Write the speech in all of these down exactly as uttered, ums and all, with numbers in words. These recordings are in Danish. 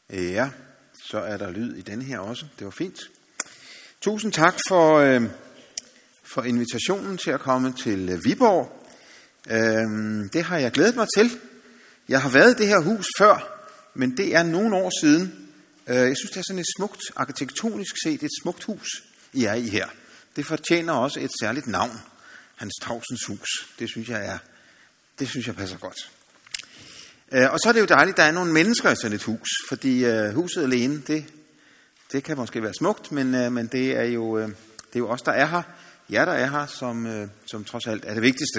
Ja, så er der lyd i denne her også. Det var fint. Tusind tak for, øh, for invitationen til at komme til Viborg. Øh, det har jeg glædet mig til. Jeg har været i det her hus før, men det er nogle år siden. Øh, jeg synes, det er sådan et smukt, arkitektonisk set, et smukt hus, I er i her. Det fortjener også et særligt navn. Hans Tausends hus. Det synes jeg er, det synes jeg passer godt. Og så er det jo dejligt, at der er nogle mennesker i sådan et hus, fordi uh, huset alene, det, det kan måske være smukt, men, uh, men det er jo uh, det er jo os, der er her, jer, der er her, som, uh, som trods alt er det vigtigste.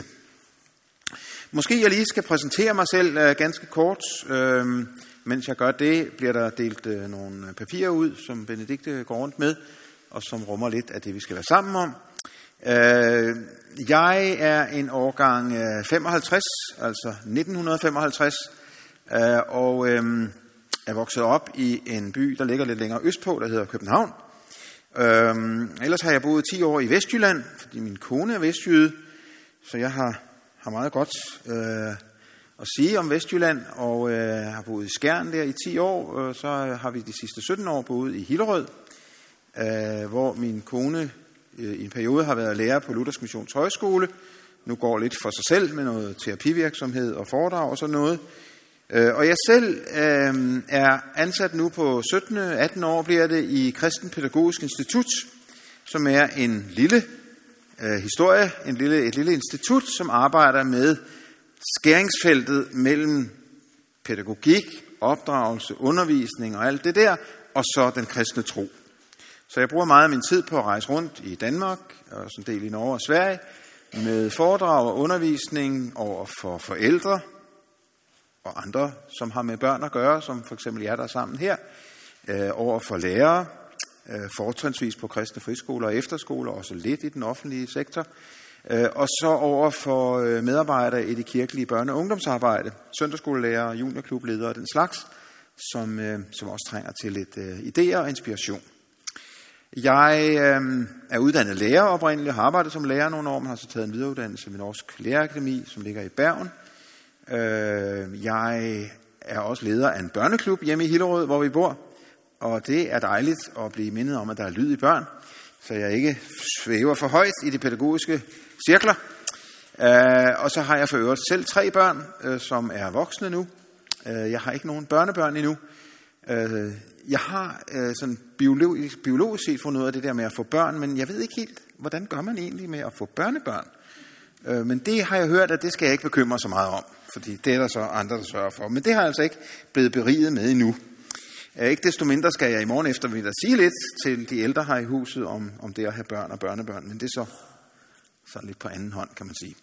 Måske jeg lige skal præsentere mig selv uh, ganske kort. Uh, mens jeg gør det, bliver der delt uh, nogle papirer ud, som Benedikte går rundt med, og som rummer lidt af det, vi skal være sammen om. Uh, jeg er en årgang uh, femoghalvtreds, altså nitten femoghalvtreds, uh, og uh, er vokset op i en by, der ligger lidt længere østpå, der hedder København. Uh, ellers har jeg boet ti år i Vestjylland, fordi min kone er vestjyde, så jeg har, har meget godt uh, at sige om Vestjylland, og uh, har boet i Skjern der i ti år, uh, så har vi de sidste sytten år boet i Hillerød, uh, hvor min kone i en periode har været lærer på Luthersk Missions Højskole. Nu går lidt for sig selv med noget terapivirksomhed og foredrag og sådan noget. Og jeg selv øh, er ansat nu på sytten atten år, bliver det i Kristen Pædagogisk Institut, som er en lille øh, historie, en lille, et lille institut, som arbejder med skæringsfeltet mellem pædagogik, opdragelse, undervisning og alt det der, og så den kristne tro. Så jeg bruger meget af min tid på at rejse rundt i Danmark, og også en del i Norge og Sverige, med foredrag og undervisning over for forældre og andre, som har med børn at gøre, som for eksempel jer, der er sammen her, øh, over for lærere, øh, fortrinsvis på kristne friskoler og efterskoler, også lidt i den offentlige sektor, øh, og så over for øh, medarbejdere i det kirkelige børne- og ungdomsarbejde, søndagsskolelærere, juniorklubledere og den slags, som, øh, som også trænger til lidt øh, idéer og inspiration. Jeg øh, er uddannet lærer oprindeligt, har arbejdet som lærer nogle år, men har så taget en videreuddannelse ved Norsk Lærerakademi, som ligger i Bergen. Øh, jeg er også leder af en børneklub hjemme i Hillerød, hvor vi bor, og det er dejligt at blive mindet om, at der er lyd i børn, så jeg ikke svæver for højt i de pædagogiske cirkler. Øh, og så har jeg for øvrigt selv tre børn, øh, som er voksne nu. Øh, jeg har ikke nogen børnebørn endnu. Øh, Jeg har øh, sådan biologisk, biologisk set fundet ud af det der med at få børn, men jeg ved ikke helt, hvordan gør man egentlig med at få børnebørn. Øh, men det har jeg hørt, at det skal jeg ikke bekymre så meget om, fordi det er der så andre, der sørger for. Men det har jeg altså ikke blevet beriget med endnu. Øh, ikke desto mindre skal jeg i morgen eftermiddag sige lidt til de ældre her i huset om, om det at have børn og børnebørn, men det er så, så lidt på anden hånd, kan man sige.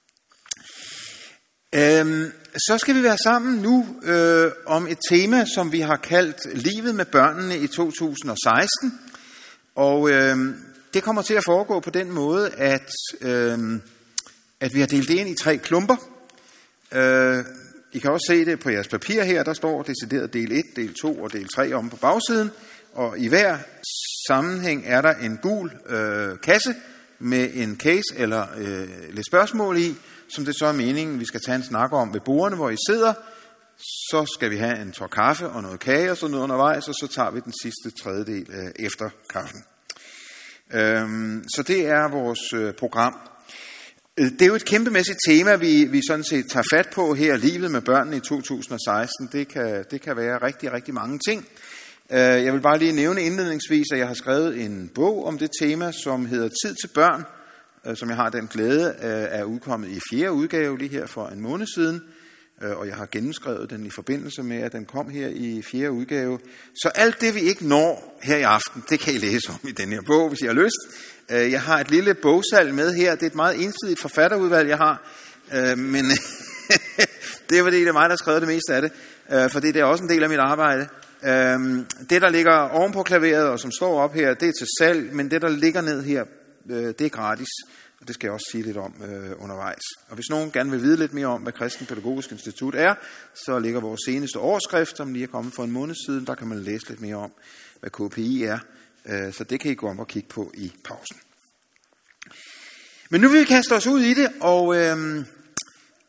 Øhm, så skal vi være sammen nu øh, om et tema, som vi har kaldt Livet med børnene i to tusind og seksten. Og øh, det kommer til at foregå på den måde, at, øh, at vi har delt det ind i tre klumper. Øh, I kan også se det på jeres papir her, der står decideret del et, del to og del tre om på bagsiden. Og i hver sammenhæng er der en gul øh, kasse med en case eller øh, lidt spørgsmål i, som det så er meningen, vi skal tage en snak om ved bordene, hvor I sidder. Så skal vi have en tår kaffe og noget kage og sådan noget undervejs, og så tager vi den sidste tredjedel øh, efter kaffen. Øhm, så det er vores øh, program. Det er jo et kæmpemæssigt tema, vi, vi sådan set tager fat på her, livet med børnene i to tusind og seksten. Det kan, det kan være rigtig, rigtig mange ting. Jeg vil bare lige nævne indledningsvis, at jeg har skrevet en bog om det tema, som hedder Tid til børn, som jeg har den glæde er udkommet i fjerde udgave lige her for en måned siden, og jeg har gennemskrevet den i forbindelse med, at den kom her i fjerde udgave. Så alt det, vi ikke når her i aften, det kan I læse om i den her bog, hvis I har lyst. Jeg har et lille bogsalg med her. Det er et meget ensidigt forfatterudvalg, jeg har, men det er fordi, det er mig, der har skrevet det meste af det, fordi det er også en del af mit arbejde. Det, der ligger oven på klaveret, og som står op her, det er til salg, men det, der ligger ned her, det er gratis. Og det skal jeg også sige lidt om øh, undervejs. Og hvis nogen gerne vil vide lidt mere om, hvad Kristen Pædagogisk Institut er, så ligger vores seneste årsskrift, som lige er kommet for en måned siden. Der kan man læse lidt mere om, hvad K P I er. Øh, så det kan I gå om og kigge på i pausen. Men nu vil vi kaste os ud i det, og, øh,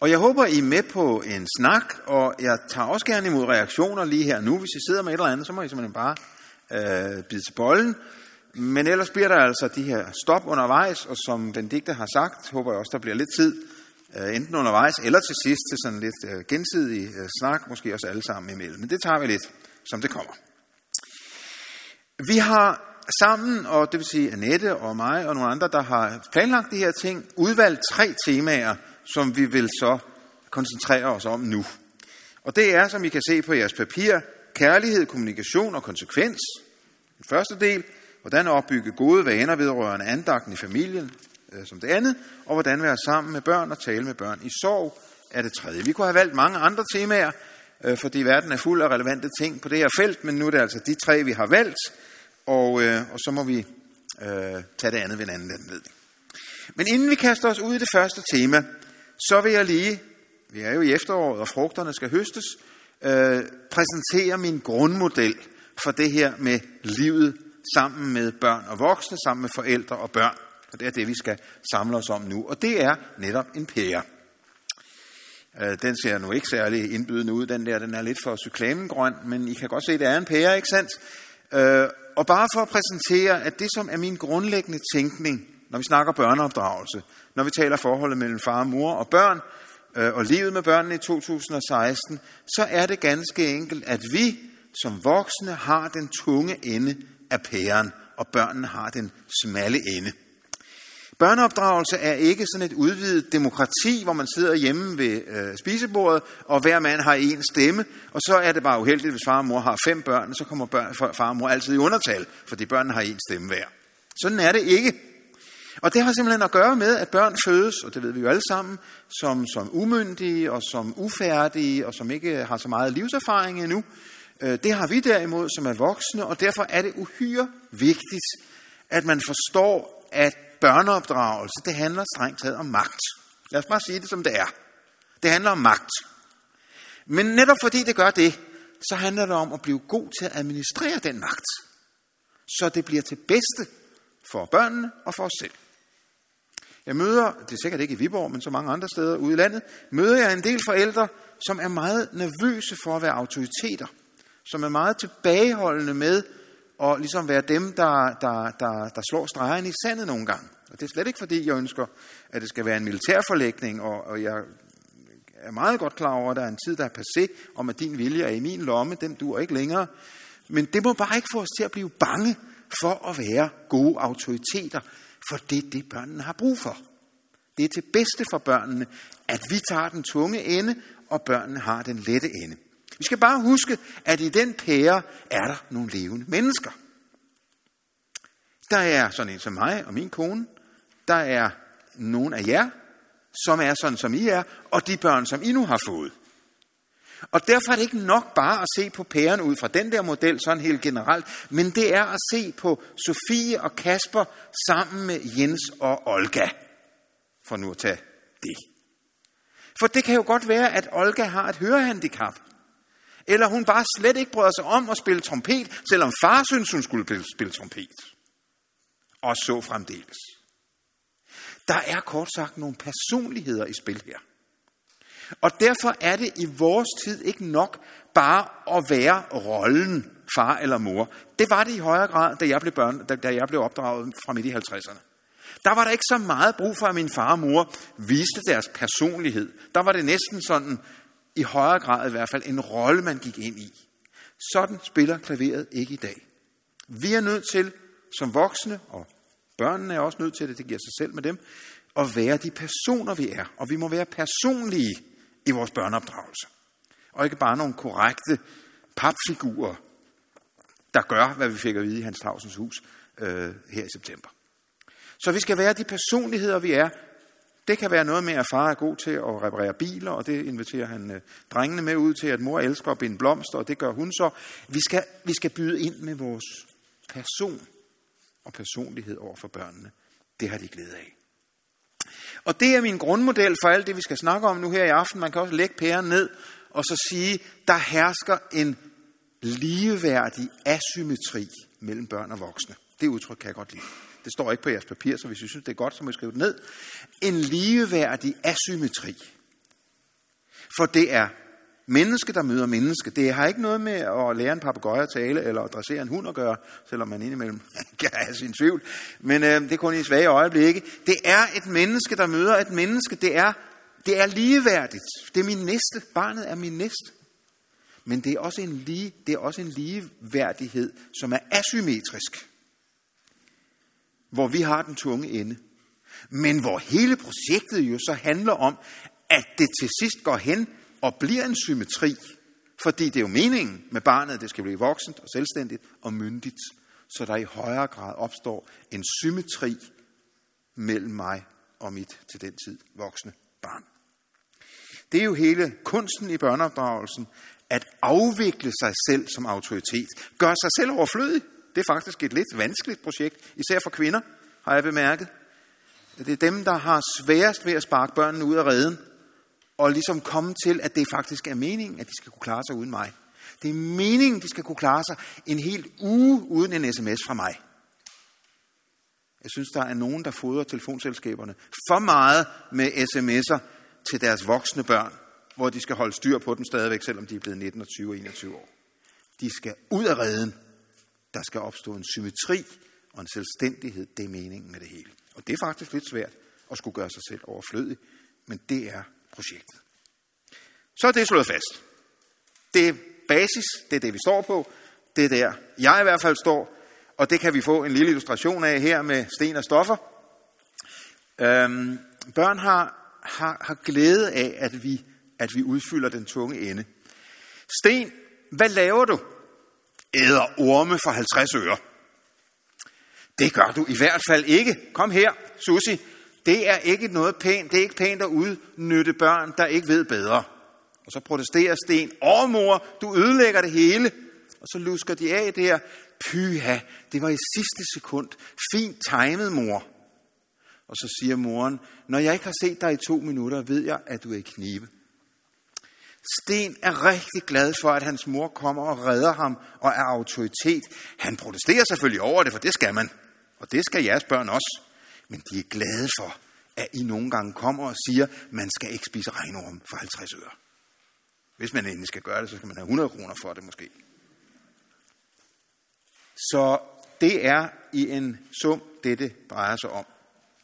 Og jeg håber, I er med på en snak, og jeg tager også gerne imod reaktioner lige her nu. Hvis I sidder med et eller andet, så må I simpelthen bare øh, bide til bolden. Men ellers bliver der altså de her stop undervejs, og som Benedikte har sagt, håber jeg også, der bliver lidt tid, øh, enten undervejs eller til sidst til sådan lidt øh, gensidig øh, snak, måske også alle sammen imellem. Men det tager vi lidt, som det kommer. Vi har sammen, og det vil sige Annette og mig og nogle andre, der har planlagt de her ting, udvalgt tre temaer, som vi vil så koncentrere os om nu. Og det er, som I kan se på jeres papir, kærlighed, kommunikation og konsekvens. Den første del, hvordan opbygge gode vaner vedrørende andagten i familien, øh, som det andet, og hvordan være sammen med børn og tale med børn i sorg, er det tredje. Vi kunne have valgt mange andre temaer, øh, fordi verden er fuld af relevante ting på det her felt, men nu er det altså de tre, vi har valgt, og, øh, og så må vi øh, tage det andet ved en anden anledning. Men inden vi kaster os ud i det første tema, så vil jeg lige, vi er jo i efteråret, og frugterne skal høstes, øh, præsentere min grundmodel for det her med livet sammen med børn og voksne, sammen med forældre og børn. Og det er det, vi skal samle os om nu. Og det er netop en pære. Øh, den ser nu ikke særlig indbydende ud, den der. Den er lidt for cyklamengrøn, men I kan godt se, at det er en pære, ikke sandt? Øh, og bare for at præsentere, at det, som er min grundlæggende tænkning, når vi snakker børneopdragelse, når vi taler forholdet mellem far og mor og børn, øh, og livet med børnene i to tusind og seksten, så er det ganske enkelt, at vi som voksne har den tunge ende af pæren, og børnene har den smalle ende. Børneopdragelse er ikke sådan et udvidet demokrati, hvor man sidder hjemme ved øh, spisebordet, og hver mand har en stemme, og så er det bare uheldigt, hvis far og mor har fem børn, så kommer børn, far og mor altid i undertal, fordi børnene har en stemme hver. Sådan er det ikke. Og det har simpelthen at gøre med, at børn fødes, og det ved vi jo alle sammen, som, som umyndige og som ufærdige, og som ikke har så meget livserfaring endnu. Det har vi derimod, som er voksne, og derfor er det uhyre vigtigt, at man forstår, at børneopdragelse, det handler strengt taget om magt. Lad os bare sige det, som det er. Det handler om magt. Men netop fordi det gør det, så handler det om at blive god til at administrere den magt, så det bliver til bedste for børnene og for os selv. Jeg møder, det er sikkert ikke i Viborg, men så mange andre steder ude i landet, møder jeg en del forældre, som er meget nervøse for at være autoriteter, som er meget tilbageholdende med at ligesom være dem, der, der, der, der slår stregerne i sandet nogle gange. Og det er slet ikke fordi, jeg ønsker, at det skal være en militærforlægning, og, og jeg er meget godt klar over, at der er en tid, der er passé, om at din vilje er i min lomme, den duer ikke længere. Men det må bare ikke få os til at blive bange for at være gode autoriteter, for det er det, børnene har brug for. Det er til bedste for børnene, at vi tager den tunge ende, og børnene har den lette ende. Vi skal bare huske, at i den pære er der nogle levende mennesker. Der er sådan en som mig og min kone. Der er nogle af jer, som er sådan som I er, og de børn, som I nu har fået. Og derfor er det ikke nok bare at se på pæren ud fra den der model, sådan helt generelt, men det er at se på Sofie og Kasper sammen med Jens og Olga, for nu at tage det. For det kan jo godt være, at Olga har et hørehandicap, eller hun bare slet ikke bryder sig om at spille trompet, selvom far synes, hun skulle spille trompet. Og så fremdeles. Der er kort sagt nogle personligheder i spil her. Og derfor er det i vores tid ikke nok bare at være rollen far eller mor. Det var det i højere grad, da jeg blev, børn, da jeg blev opdraget fra midt i halvtredserne. Der var der ikke så meget brug for, at min far og mor viste deres personlighed. Der var det næsten sådan, i højere grad i hvert fald, en rolle, man gik ind i. Sådan spiller klaveret ikke i dag. Vi er nødt til, som voksne, og børnene er også nødt til det, det giver sig selv med dem, at være de personer, vi er. Og vi må være personlige i vores børneopdragelse. Og ikke bare nogle korrekte papfigurer, der gør, hvad vi fik at vide i Hans Tavsens hus øh, her i september. Så vi skal være de personligheder, vi er. Det kan være noget med, at far er god til at reparere biler, og det inviterer han øh, drengene med ud til, at mor elsker at binde blomster, og det gør hun så. Vi skal, vi skal byde ind med vores person og personlighed over for børnene. Det har de glæde af. Og det er min grundmodel for alt det, vi skal snakke om nu her i aften. Man kan også lægge pæren ned og så sige, der hersker en ligeværdig asymmetri mellem børn og voksne. Det udtryk kan jeg godt lide. Det står ikke på jeres papir, så hvis I synes, det er godt, så må I skrive det ned. En ligeværdig asymmetri. For det er menneske, der møder menneske. Det har ikke noget med at lære en papegøje at tale, eller at dressere en hund at gøre, selvom man indimellem kan have sin tvivl. Men øh, det er kun i svage øjeblikke. Det er et menneske, der møder et menneske. Det er, det er ligeværdigt. Det er min næste. Barnet er min næste. Men det er også en, lige, det er også en ligeværdighed, som er asymmetrisk. Hvor vi har den tunge ende. Men hvor hele projektet jo så handler om, at det til sidst går hen og bliver en symmetri. Fordi det er jo meningen med barnet, at det skal blive voksent og selvstændigt og myndigt. Så der i højere grad opstår en symmetri mellem mig og mit til den tid voksne barn. Det er jo hele kunsten i børneopdragelsen, at afvikle sig selv som autoritet. Gøre sig selv overflødig. Det er faktisk et lidt vanskeligt projekt, især for kvinder, har jeg bemærket. Det er dem, der har sværest ved at sparke børnene ud af reden, og ligesom komme til, at det faktisk er meningen, at de skal kunne klare sig uden mig. Det er meningen, de skal kunne klare sig en hel uge uden en sms fra mig. Jeg synes, der er nogen, der fodrer telefonselskaberne for meget med sms'er til deres voksne børn, hvor de skal holde styr på dem stadigvæk, selvom de er blevet nitten, tyve og enogtyve år. De skal ud af reden. Der skal opstå en symmetri og en selvstændighed. Det er meningen med det hele. Og det er faktisk lidt svært at skulle gøre sig selv overflødig, men det er projektet. Så er det slået fast. Det er basis, det er det, vi står på. Det er der, jeg i hvert fald står, og det kan vi få en lille illustration af her med sten og stoffer. Øhm, børn har, har, har glæde af, at vi, at vi udfylder den tunge ende. Sten, hvad laver du? Æder orme for halvtreds øre. Det gør du i hvert fald ikke. Kom her, Susi. Det er ikke noget pænt. Det er ikke pænt at udnytte børn, der ikke ved bedre. Og så protesterer Sten. Åh, mor, du ødelægger det hele. Og så lusker de af der. Pyha, det var i sidste sekund. Fint timet, mor. Og så siger moren, når jeg ikke har set dig i to minutter, ved jeg, at du er i knibe. Sten er rigtig glad for, at hans mor kommer og redder ham og er autoritet. Han protesterer selvfølgelig over det, for det skal man. Og det skal jeres børn også. Men de er glade for, at I nogle gange kommer og siger, man skal ikke spise regnorm for halvtreds øre. Hvis man endelig skal gøre det, så skal man have hundrede kroner for det måske. Så det er i en sum, det det drejer sig om.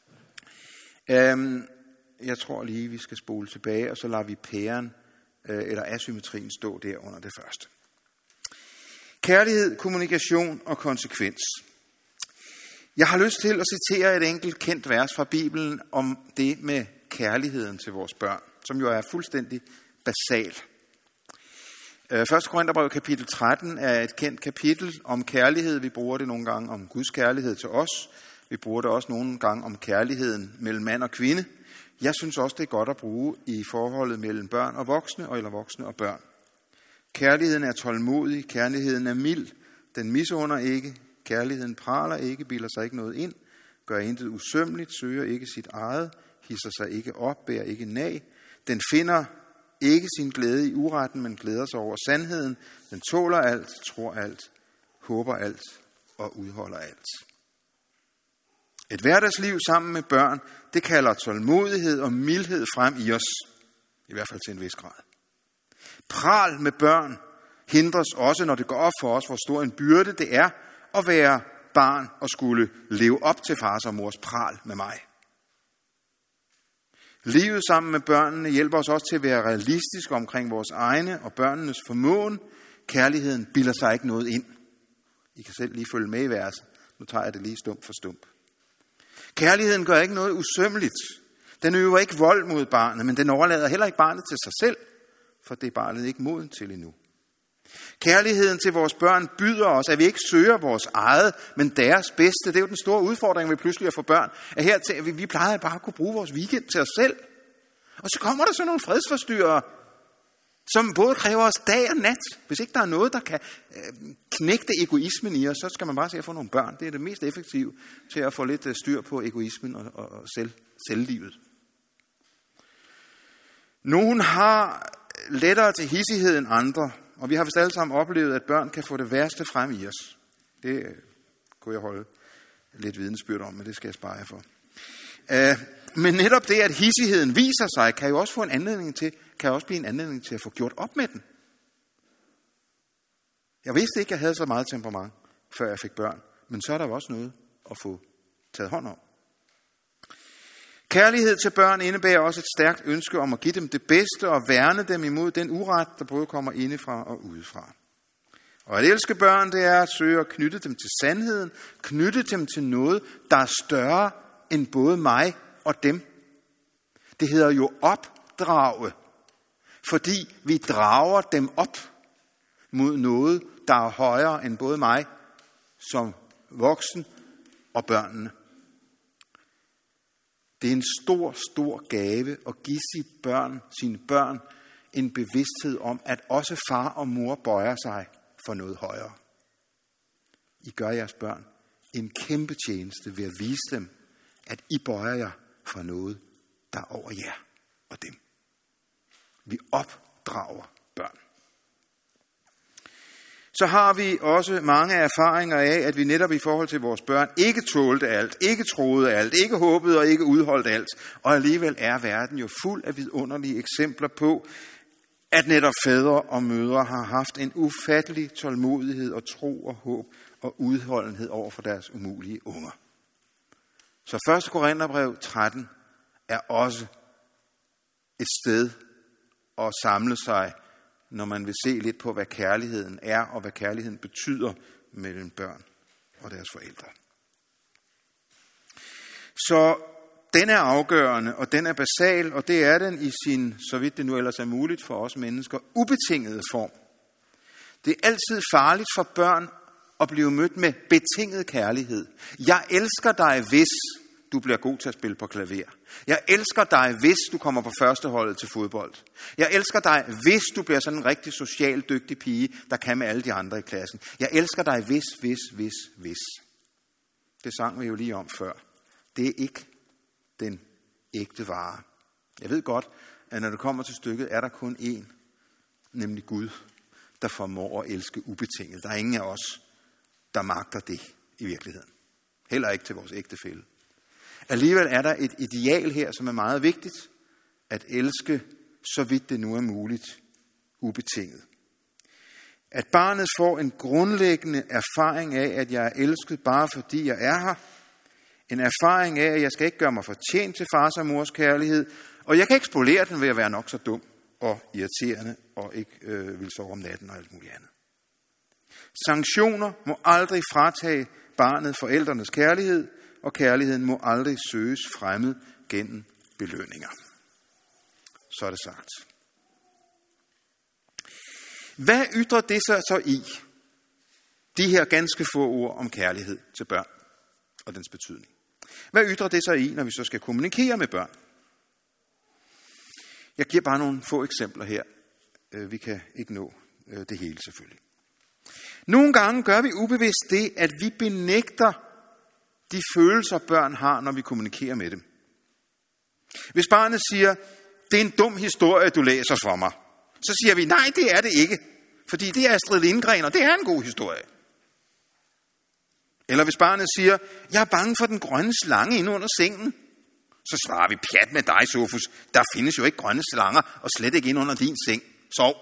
Øhm, jeg tror lige, vi skal spole tilbage, og så lader vi pæren eller asymmetrien stå der under det første. Kærlighed, kommunikation og konsekvens. Jeg har lyst til at citere et enkelt kendt vers fra Bibelen om det med kærligheden til vores børn, som jo er fuldstændig basal. første Korintherbrev kapitel tretten er et kendt kapitel om kærlighed. Vi bruger det nogle gange om Guds kærlighed til os. Vi bruger det også nogle gange om kærligheden mellem mand og kvinde. Jeg synes også, det er godt at bruge i forholdet mellem børn og voksne, eller voksne og børn. Kærligheden er tålmodig, kærligheden er mild, den misunder ikke, kærligheden praler ikke, bilder sig ikke noget ind, gør intet usømmeligt, søger ikke sit eget, hisser sig ikke op, bærer ikke nag. Den finder ikke sin glæde i uretten, men glæder sig over sandheden. Den tåler alt, tror alt, håber alt og udholder alt. Et hverdagsliv sammen med børn, det kalder tålmodighed og mildhed frem i os. I hvert fald til en vis grad. Pral med børn hindres også, når det går op for os, hvor stor en byrde det er at være barn og skulle leve op til fars og mors pral med mig. Livet sammen med børnene hjælper os også til at være realistiske omkring vores egne og børnenes formåen. Kærligheden bilder sig ikke noget ind. I kan selv lige følge med i verset. Nu tager jeg det lige stump for stump. Kærligheden gør ikke noget usømmeligt. Den øver ikke vold mod barnet, men den overlader heller ikke barnet til sig selv, for det er barnet ikke moden til endnu. Kærligheden til vores børn byder os, at vi ikke søger vores eget, men deres bedste. Det er jo den store udfordring, vi pludselig at få børn. At her til, at vi, vi plejer bare at kunne bruge vores weekend til os selv. Og så kommer der så nogle fredsforstyrrere, som både kræver os dag og nat. Hvis ikke der er noget, der kan øh, knægte egoismen i os, så skal man bare se at få nogle børn. Det er det mest effektive til at få lidt styr på egoismen og, og, og selv, selvlivet. Nogen har lettere til hissighed end andre, og vi har vist alle sammen oplevet, at børn kan få det værste frem i os. Det øh, kunne jeg holde lidt vidnesbyrd om, men det skal jeg spare jer for. Øh, men netop det, at hissigheden viser sig, kan jo også få en anledning til, kan også blive en anledning til at få gjort op med den. Jeg vidste ikke, at jeg havde så meget temperament, før jeg fik børn. Men så er der jo også noget at få taget hånd om. Kærlighed til børn indebærer også et stærkt ønske om at give dem det bedste og værne dem imod den uret, der både kommer indefra og udefra. Og at elske børn, det er at søge at knytte dem til sandheden, knytte dem til noget, der er større end både mig og dem. Det hedder jo opdrage, fordi vi drager dem op mod noget, der er højere end både mig som voksen og børnene. Det er en stor, stor gave at give sit børn, sine børn en bevidsthed om, at også far og mor bøjer sig for noget højere. I gør jeres børn en kæmpe tjeneste ved at vise dem, at I bøjer jer for noget, der er over jer og dem. Vi opdrager børn. Så har vi også mange erfaringer af, at vi netop i forhold til vores børn ikke tålte alt, ikke troede alt, ikke håbede og ikke udholdt alt. Og alligevel er verden jo fuld af vidunderlige eksempler på, at netop fædre og mødre har haft en ufattelig tålmodighed og tro og håb og udholdenhed over for deres umulige unger. Så første Korintherbrev tretten er også et sted at samle sig, når man vil se lidt på, hvad kærligheden er, og hvad kærligheden betyder mellem børn og deres forældre. Så den er afgørende, og den er basal, og det er den i sin, så vidt det nu ellers er muligt for os mennesker, ubetingede form. Det er altid farligt for børn at blive mødt med betinget kærlighed. Jeg elsker dig, hvis du bliver god til at spille på klaver. Jeg elsker dig, hvis du kommer på førsteholdet til fodbold. Jeg elsker dig, hvis du bliver sådan en rigtig socialt dygtig pige, der kan med alle de andre i klassen. Jeg elsker dig, hvis, hvis, hvis, hvis. Det sang vi jo lige om før. Det er ikke den ægte vare. Jeg ved godt, at når det kommer til stykket, er der kun én, nemlig Gud, der formår at elske ubetinget. Der er ingen af os, der magter det i virkeligheden. Heller ikke til vores ægtefælle. Alligevel er der et ideal her, som er meget vigtigt, at elske, så vidt det nu er muligt, ubetinget. At barnet får en grundlæggende erfaring af, at jeg er elsket bare fordi jeg er her. En erfaring af, at jeg skal ikke gøre mig fortjent til fars og mors kærlighed, og jeg kan ikke spolere den ved at være nok så dum og irriterende og ikke øh, vil sove om natten og alt muligt andet. Sanktioner må aldrig fratage barnet forældrenes kærlighed, og kærligheden må aldrig søges fremmed gennem belønninger. Så er det sagt. Hvad ytrer det sig så i, de her ganske få ord om kærlighed til børn og dens betydning? Hvad ytrer det sig i, når vi så skal kommunikere med børn? Jeg giver bare nogle få eksempler her. Vi kan ikke nå det hele selvfølgelig. Nogle gange gør vi ubevidst det, at vi benægter de følelser, børn har, når vi kommunikerer med dem. Hvis barnet siger, det er en dum historie, du læser for mig, så siger vi, nej, det er det ikke. Fordi det er Astrid Lindgren, og det er en god historie. Eller hvis barnet siger, jeg er bange for den grønne slange inde under sengen, så svarer vi, pjat med dig, Sofus. Der findes jo ikke grønne slanger, og slet ikke inde under din seng. Sov.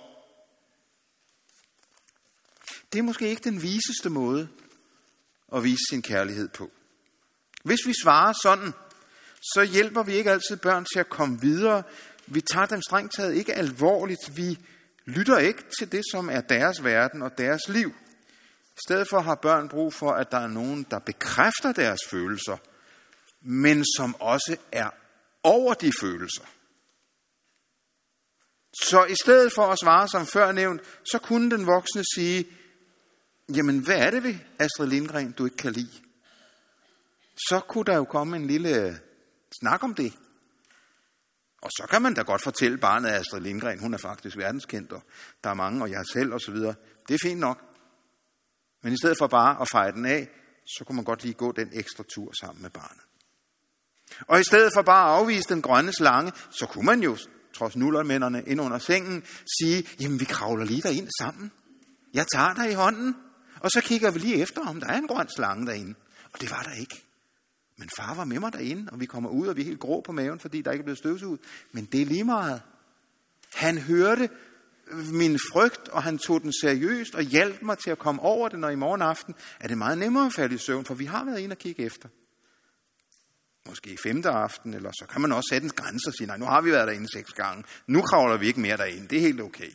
Det er måske ikke den viseste måde at vise sin kærlighed på. Hvis vi svarer sådan, så hjælper vi ikke altid børn til at komme videre. Vi tager dem strengt taget ikke alvorligt. Vi lytter ikke til det, som er deres verden og deres liv. I stedet for har børn brug for, at der er nogen, der bekræfter deres følelser, men som også er over de følelser. Så i stedet for at svare som før nævnt, så kunne den voksne sige, jamen hvad er det ved Astrid Lindgren, du ikke kan lide? Så kunne der jo komme en lille snak om det. Og så kan man da godt fortælle barnet af Astrid Lindgren, hun er faktisk verdenskendt, og der er mange, og jeg selv og så videre. Det er fint nok. Men i stedet for bare at feje den af, så kunne man godt lige gå den ekstra tur sammen med barnet. Og i stedet for bare at afvise den grønne slange, så kunne man jo, trods nullermænderne ind under sengen, sige, jamen vi kravler lige derind sammen. Jeg tager dig i hånden, og så kigger vi lige efter, om der er en grøn slange derinde. Og det var der ikke. Men far var med mig derinde, og vi kommer ud, og vi er helt grå på maven, fordi der ikke er blevet støvsuget. Men det er lige meget. Han hørte min frygt, og han tog den seriøst og hjalp mig til at komme over det, når i morgen aften er det meget nemmere at falde i søvn, for vi har været inde og kigge efter. Måske femte aften, eller så kan man også sætte en grænse og sige, nej, nu har vi været derinde seks gange, nu kravler vi ikke mere derinde, det er helt okay.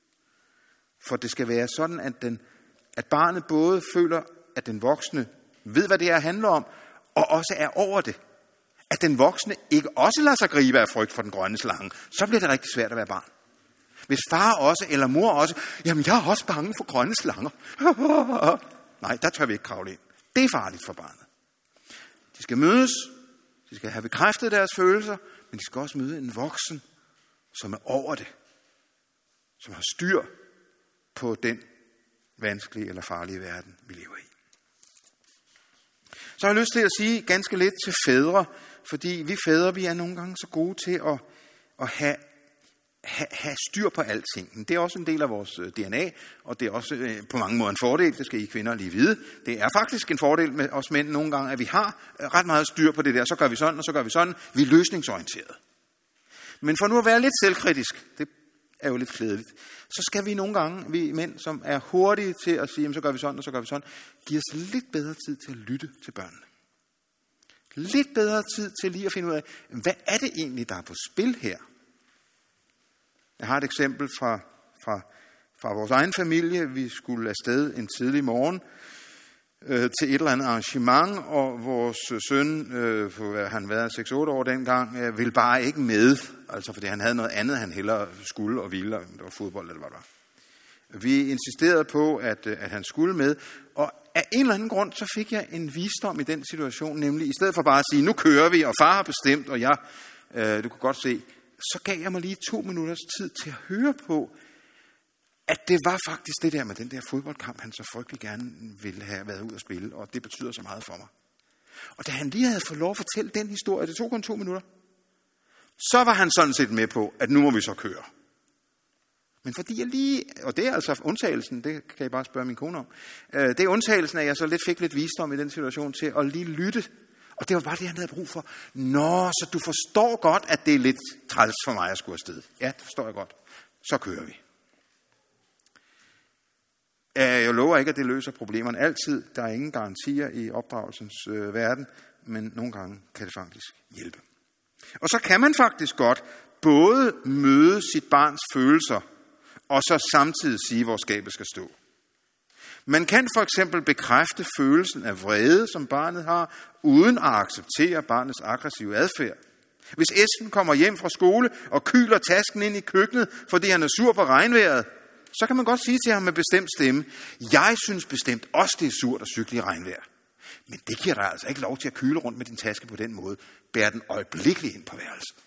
For det skal være sådan, at, den, at barnet både føler, at den voksne ved, hvad det her handler om, og også er over det. At den voksne ikke også lader sig gribe af frygt for den grønne slange, så bliver det rigtig svært at være barn. Hvis far også, eller mor også, jamen jeg er også bange for grønne slanger. Nej, der tør vi ikke kravle ind. Det er farligt for barnet. De skal mødes, de skal have bekræftet deres følelser, men de skal også møde en voksen, som er over det. Som har styr på den vanskelige eller farlige verden, vi lever i. Så har jeg lyst til at sige ganske lidt til fædre, fordi vi fædre, vi er nogle gange så gode til at, at have, have, have styr på alting. Det er også en del af vores D N A, og det er også øh, på mange måder en fordel, det skal I kvinder lige vide. Det er faktisk en fordel med os mænd nogle gange, at vi har ret meget styr på det der. Så gør vi sådan, og så gør vi sådan. Vi er løsningsorienterede. Men for nu at være lidt selvkritisk, det er jo lidt klædeligt, så skal vi nogle gange, vi mænd, som er hurtige til at sige, jamen, så gør vi sådan, og så gør vi sådan, give os lidt bedre tid til at lytte til børnene. Lidt bedre tid til lige at finde ud af, hvad er det egentlig, der er på spil her? Jeg har et eksempel fra, fra, fra vores egen familie. Vi skulle afsted en tidlig morgen øh, til et eller andet arrangement, og vores søn, øh, for han været seks otte år dengang, øh, ville bare ikke med, altså fordi han havde noget andet, han hellere skulle og ville, det var fodbold eller hvad det var. Vi insisterede på, at, at han skulle med, og af en eller anden grund, så fik jeg en visdom i den situation, nemlig i stedet for bare at sige, nu kører vi, og far har bestemt, og jeg, øh, du kunne godt se, så gav jeg mig lige to minutters tid til at høre på, at det var faktisk det der med den der fodboldkamp, han så frygtelig gerne ville have været ud at spille, og det betyder så meget for mig. Og da han lige havde fået lov at fortælle den historie, det tog kun to minutter, så var han sådan set med på, at nu må vi så køre. Men fordi jeg lige, og det er altså undtagelsen, det kan jeg bare spørge min kone om, det er undtagelsen, at jeg så lidt fik lidt visdom i den situation til at lige lytte. Og det var bare det, han havde brug for. Nå, så du forstår godt, at det er lidt træls for mig at skulle afsted. Ja, det forstår jeg godt. Så kører vi. Jeg lover ikke, at det løser problemerne altid. Der er ingen garantier i opdragelsens øh, verden, men nogle gange kan det faktisk hjælpe. Og så kan man faktisk godt både møde sit barns følelser, og så samtidig sige, hvor skabet skal stå. Man kan for eksempel bekræfte følelsen af vrede, som barnet har, uden at acceptere barnets aggressive adfærd. Hvis Esben kommer hjem fra skole og kyler tasken ind i køkkenet, fordi han er sur på regnvejret, så kan man godt sige til ham med bestemt stemme, jeg synes bestemt også, det er surt at cykle i regnvejr. Men det giver dig altså ikke lov til at kyle rundt med din taske på den måde. Bær den øjeblikkeligt ind på værelsen.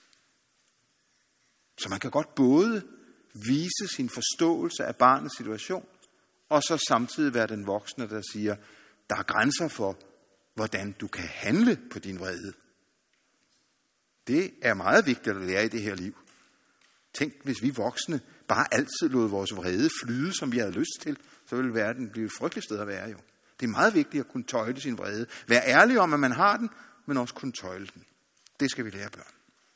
Så man kan godt både vise sin forståelse af barnets situation, og så samtidig være den voksne, der siger, der er grænser for, hvordan du kan handle på din vrede. Det er meget vigtigt at lære i det her liv. Tænk, hvis vi voksne bare altid lod vores vrede flyde, som vi havde lyst til, så ville verden blive et frygteligt sted at være jo. Det er meget vigtigt at kunne tøjle sin vrede. Være ærlig om, at man har den, men også kunne tøjle den. Det skal vi lære børn.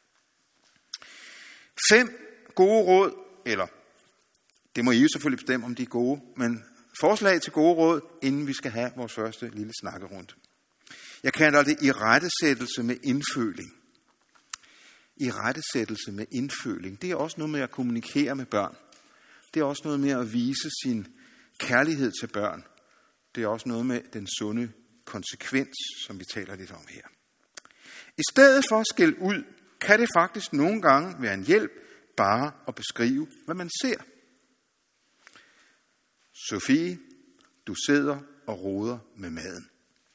Fem gode råd, eller det må I jo selvfølgelig bestemme, om de er gode, men forslag til gode råd, inden vi skal have vores første lille snakkerunde. Jeg kalder det irettesættelse med indføling. Irettesættelse med indføling, det er også noget med at kommunikere med børn. Det er også noget med at vise sin kærlighed til børn. Det er også noget med den sunde konsekvens, som vi taler lidt om her. I stedet for at skælde ud, kan det faktisk nogle gange være en hjælp bare at beskrive, hvad man ser. Sofie, du sidder og roder med maden.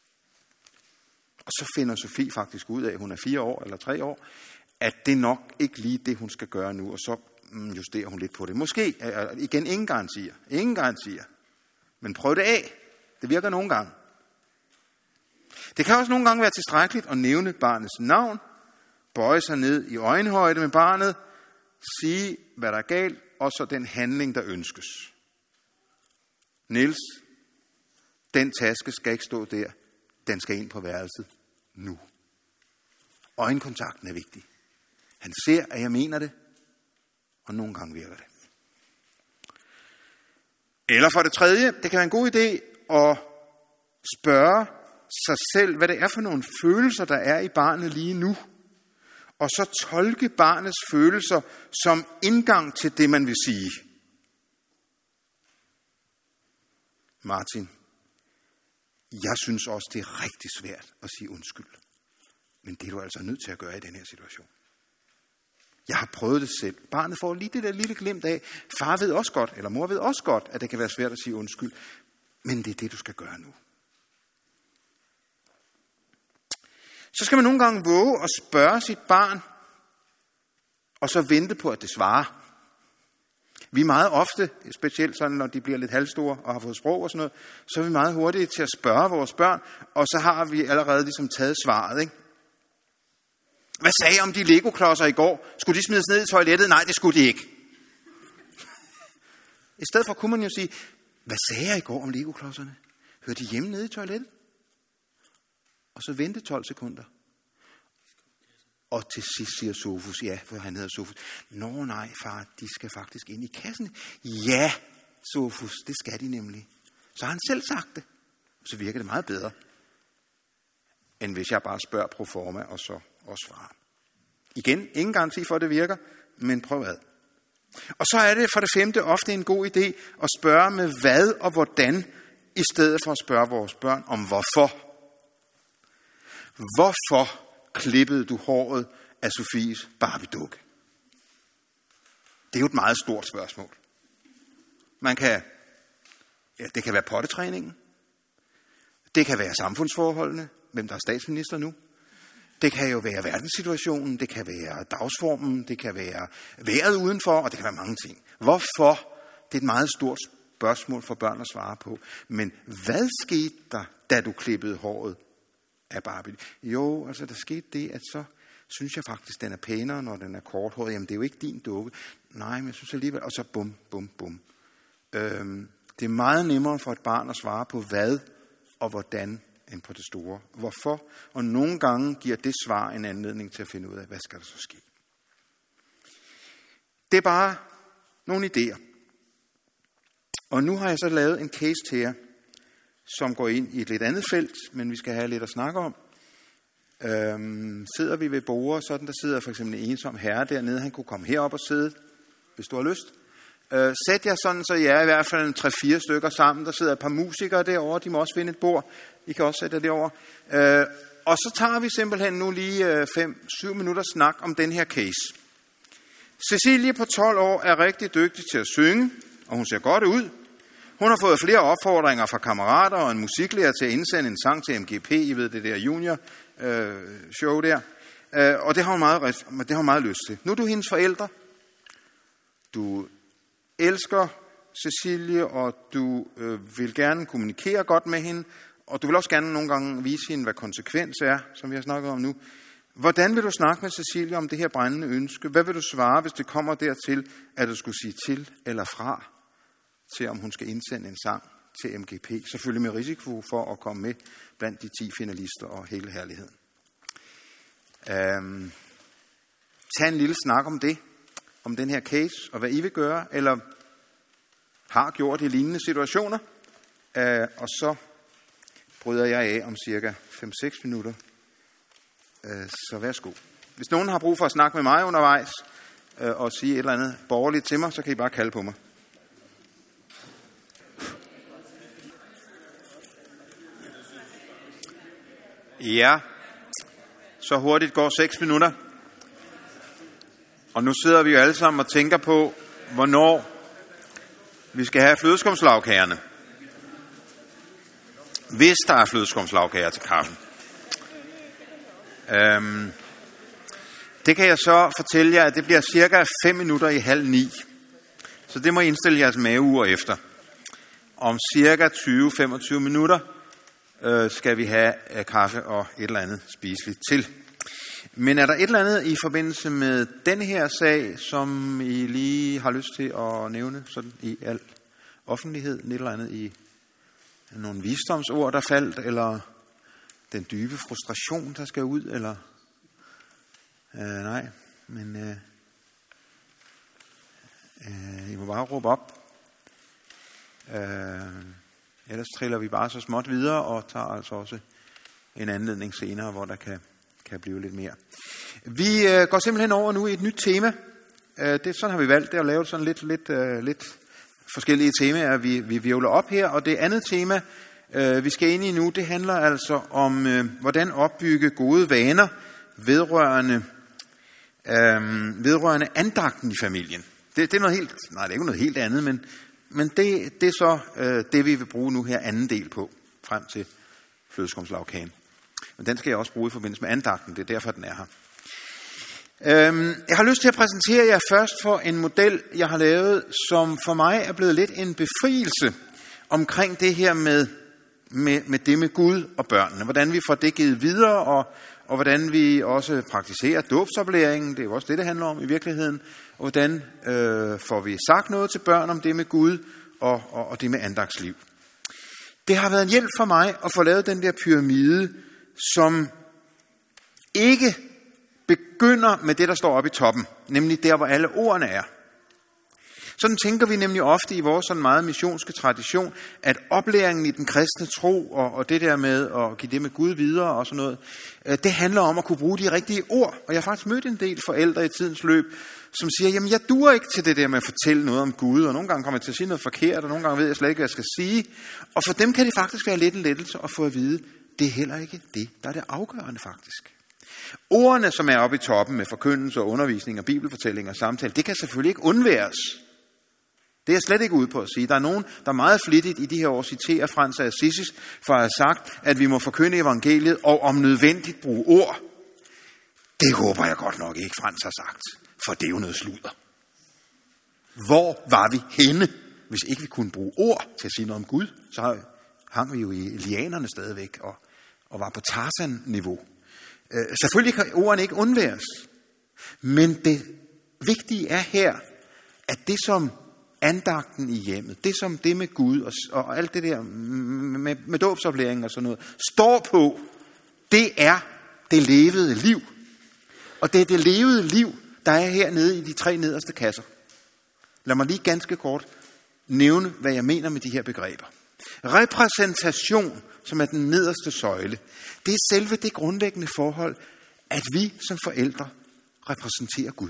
Og så finder Sofie faktisk ud af, at hun er fire år eller tre år, at det nok ikke lige det, hun skal gøre nu, og så justerer hun lidt på det. Måske, igen, ingen garantier. Ingen garantier. Men prøv det af. Det virker nogle gange. Det kan også nogle gange være tilstrækkeligt at nævne barnets navn, bøje sig ned i øjenhøjde med barnet, sige, hvad der er galt, og så den handling, der ønskes. Niels, den taske skal ikke stå der. Den skal ind på værelset nu. Øjenkontakten er vigtig. Han ser, at jeg mener det, Og nogle gange virker det. Eller for det tredje, det kan være en god idé at spørge sig selv, hvad det er for nogle følelser, der er i barnet lige nu. Og så tolke barnets følelser som indgang til det, man vil sige. Martin, jeg synes også, det er rigtig svært at sige undskyld. Men det er du altså nødt til at gøre i den her situation. Jeg har prøvet det selv. Barnet får lige det der lille glimt af, far ved også godt, eller mor ved også godt, at det kan være svært at sige undskyld. Men det er det, du skal gøre nu. Så skal man nogle gange våge at spørge sit barn, og så vente på, at det svarer. Vi er meget ofte, specielt sådan, når de bliver lidt halvstore og har fået sprog og sådan noget, så er vi meget hurtige til at spørge vores børn, og så har vi allerede ligesom taget svaret, ikke? Hvad sagde I om de Lego-klodser i går? Skulle de smides ned i toilettet? Nej, det skulle de ikke. I stedet for kunne man jo sige, hvad sagde jeg i går om Lego-klodserne? Hørte de hjemme nede i toilettet? Og så vente tolv sekunder. Og til sidst siger Sofus, ja, for han hedder Sofus, nå nej far, de skal faktisk ind i kassen. Ja, Sofus, det skal de nemlig. Så har han selv sagt det. Så virker det meget bedre, end hvis jeg bare spørger pro forma og så også svarer. Igen, ingen garanti for, at det virker, men prøv ad. Og så er det for det femte ofte en god idé at spørge med hvad og hvordan, i stedet for at spørge vores børn om hvorfor. Hvorfor klippede du håret af Sofies Barbie-dukke? Det er jo et meget stort spørgsmål. Man kan, ja, det kan være pottetræningen. Det kan være samfundsforholdene. Hvem der er statsminister nu? Det kan jo være verdenssituationen, det kan være dagsformen, det kan være vejret udenfor, og det kan være mange ting. Hvorfor? Det er et meget stort spørgsmål for børn at svare på. Men hvad skete der, da du klippede håret af Barbie? Jo, altså der skete det, at så synes jeg faktisk, den er pænere, når den er korthåret. Jamen det er jo ikke din dukke. Nej, men jeg synes alligevel, og så bum, bum, bum. Øhm, det er meget nemmere for et barn at svare på hvad og hvordan, end på det store. Hvorfor? Og nogle gange giver det svar en anledning til at finde ud af, hvad skal der så ske. Det er bare nogle idéer. Og nu har jeg så lavet en case til jer, som går ind i et lidt andet felt, men vi skal have lidt at snakke om. Øhm, sidder vi ved bordet, sådan der sidder for eksempel en ensom herre dernede, han kunne komme herop og sidde, hvis du har lyst. Øh, sæt jer sådan, så jeg er i hvert fald en tre-fire stykker sammen. Der sidder et par musikere derovre, de må også finde et bord. I kan også sætte jer derovre. Øh, og så tager vi simpelthen nu lige fem syv minutter snak om den her case. Cecilie på tolv år er rigtig dygtig til at synge, og hun ser godt ud. Hun har fået flere opfordringer fra kammerater og en musiklærer til at indsende en sang til M G P, I ved det der junior øh, show der. Øh, og det har, hun meget, det har hun meget lyst til. Nu er du hendes forældre. Du elsker Cecilie, og du øh, vil gerne kommunikere godt med hende, og du vil også gerne nogle gange vise hende, hvad konsekvens er, som vi har snakket om nu. Hvordan vil du snakke med Cecilie om det her brændende ønske? Hvad vil du svare, hvis det kommer dertil, at du skulle sige til eller fra, til om hun skal indsende en sang til M G P? Selvfølgelig med risiko for at komme med blandt de ti finalister og hele herligheden. Øhm, tag en lille snak om det, om den her case, og hvad I vil gøre, eller har gjort i lignende situationer. Øh, og så bryder jeg af om cirka fem seks minutter. Øh, så værsgo. Hvis nogen har brug for at snakke med mig undervejs, øh, og sige et eller andet borgerligt til mig, så kan I bare kalde på mig. Ja, så hurtigt går seks minutter. Og nu sidder vi jo alle sammen og tænker på, hvornår vi skal have flødeskumslagkagerne. Hvis der er flødeskumslagkager til kaffen. Øhm, det kan jeg så fortælle jer, at det bliver cirka fem minutter i halv ni. Så det må I indstille jeres maveur efter. Om cirka tyve til femogtyve minutter øh, skal vi have øh, kaffe og et eller andet spiseligt til. Men er der et eller andet i forbindelse med denne her sag, som I lige har lyst til at nævne sådan i al offentlighed? Et eller andet i nogle visdomsord, der faldt, eller den dybe frustration, der skal ud, eller øh, nej, men øh, I må bare råbe op. Øh, ellers triller vi bare så småt videre og tager altså også en anledning senere, hvor der kan, kan blive lidt mere. Vi øh, går simpelthen over nu i et nyt tema. Øh, det, sådan har vi valgt det at lave sådan lidt, lidt, øh, lidt forskellige temaer, vi, vi virvler op her. Og det andet tema, øh, vi skal ind i nu, det handler altså om, øh, hvordan opbygge gode vaner vedrørende, øh, vedrørende andagten i familien. Det, det er noget helt, nej, det er ikke noget helt andet, men, men det, det er så øh, det, vi vil bruge nu her anden del på, frem til flødeskumslagkagen. Men den skal jeg også bruge i forbindelse med andagten, det er derfor, den er her. Øhm, jeg har lyst til at præsentere jer først for en model, jeg har lavet, som for mig er blevet lidt en befrielse omkring det her med, med, med det med Gud og børnene. Hvordan vi får det givet videre, og, og hvordan vi også praktiserer dåbsoplæringen, det er jo også det, det handler om i virkeligheden. Og hvordan øh, får vi sagt noget til børn om det med Gud og, og, og det med andagsliv. Det har været en hjælp for mig at få lavet den der pyramide, som ikke begynder med det, der står oppe i toppen, nemlig der, hvor alle ordene er. Sådan tænker vi nemlig ofte i vores sådan meget missionske tradition, at oplæringen i den kristne tro, og, og det der med at give det med Gud videre og sådan noget, det handler om at kunne bruge de rigtige ord. Og jeg har faktisk mødt en del forældre i tidens løb, som siger, jamen jeg duer ikke til det der med at fortælle noget om Gud, og nogle gange kommer jeg til at sige noget forkert, og nogle gange ved jeg slet ikke, hvad jeg skal sige. Og for dem kan det faktisk være lidt en lettelse at få at vide, det er heller ikke det, der er det afgørende faktisk. Ordene, som er oppe i toppen med forkyndelse og undervisning og bibelfortælling og samtale, det kan selvfølgelig ikke undværes. Det er jeg slet ikke ude på at sige. Der er nogen, der meget flittigt i de her år citerer Frans af Assisi for at have sagt, at vi må forkynde evangeliet og om nødvendigt bruge ord. Det håber jeg godt nok ikke, Frans har sagt, for det er jo noget sludder. Hvor var vi henne, hvis ikke vi kunne bruge ord til at sige noget om Gud? Så hang vi jo i lianerne stadigvæk og, og var på Tarzan-niveau. Øh, selvfølgelig kan ordene ikke undværes, men det vigtige er her, at det som andagten i hjemmet, det som det med Gud og, og alt det der med, med dåbsoplæring og sådan noget, står på, det er det levede liv. Og det er det levede liv, der er hernede i de tre nederste kasser. Lad mig lige ganske kort nævne, hvad jeg mener med de her begreber. Repræsentation, som er den nederste søjle, det er selve det grundlæggende forhold, at vi som forældre repræsenterer Gud.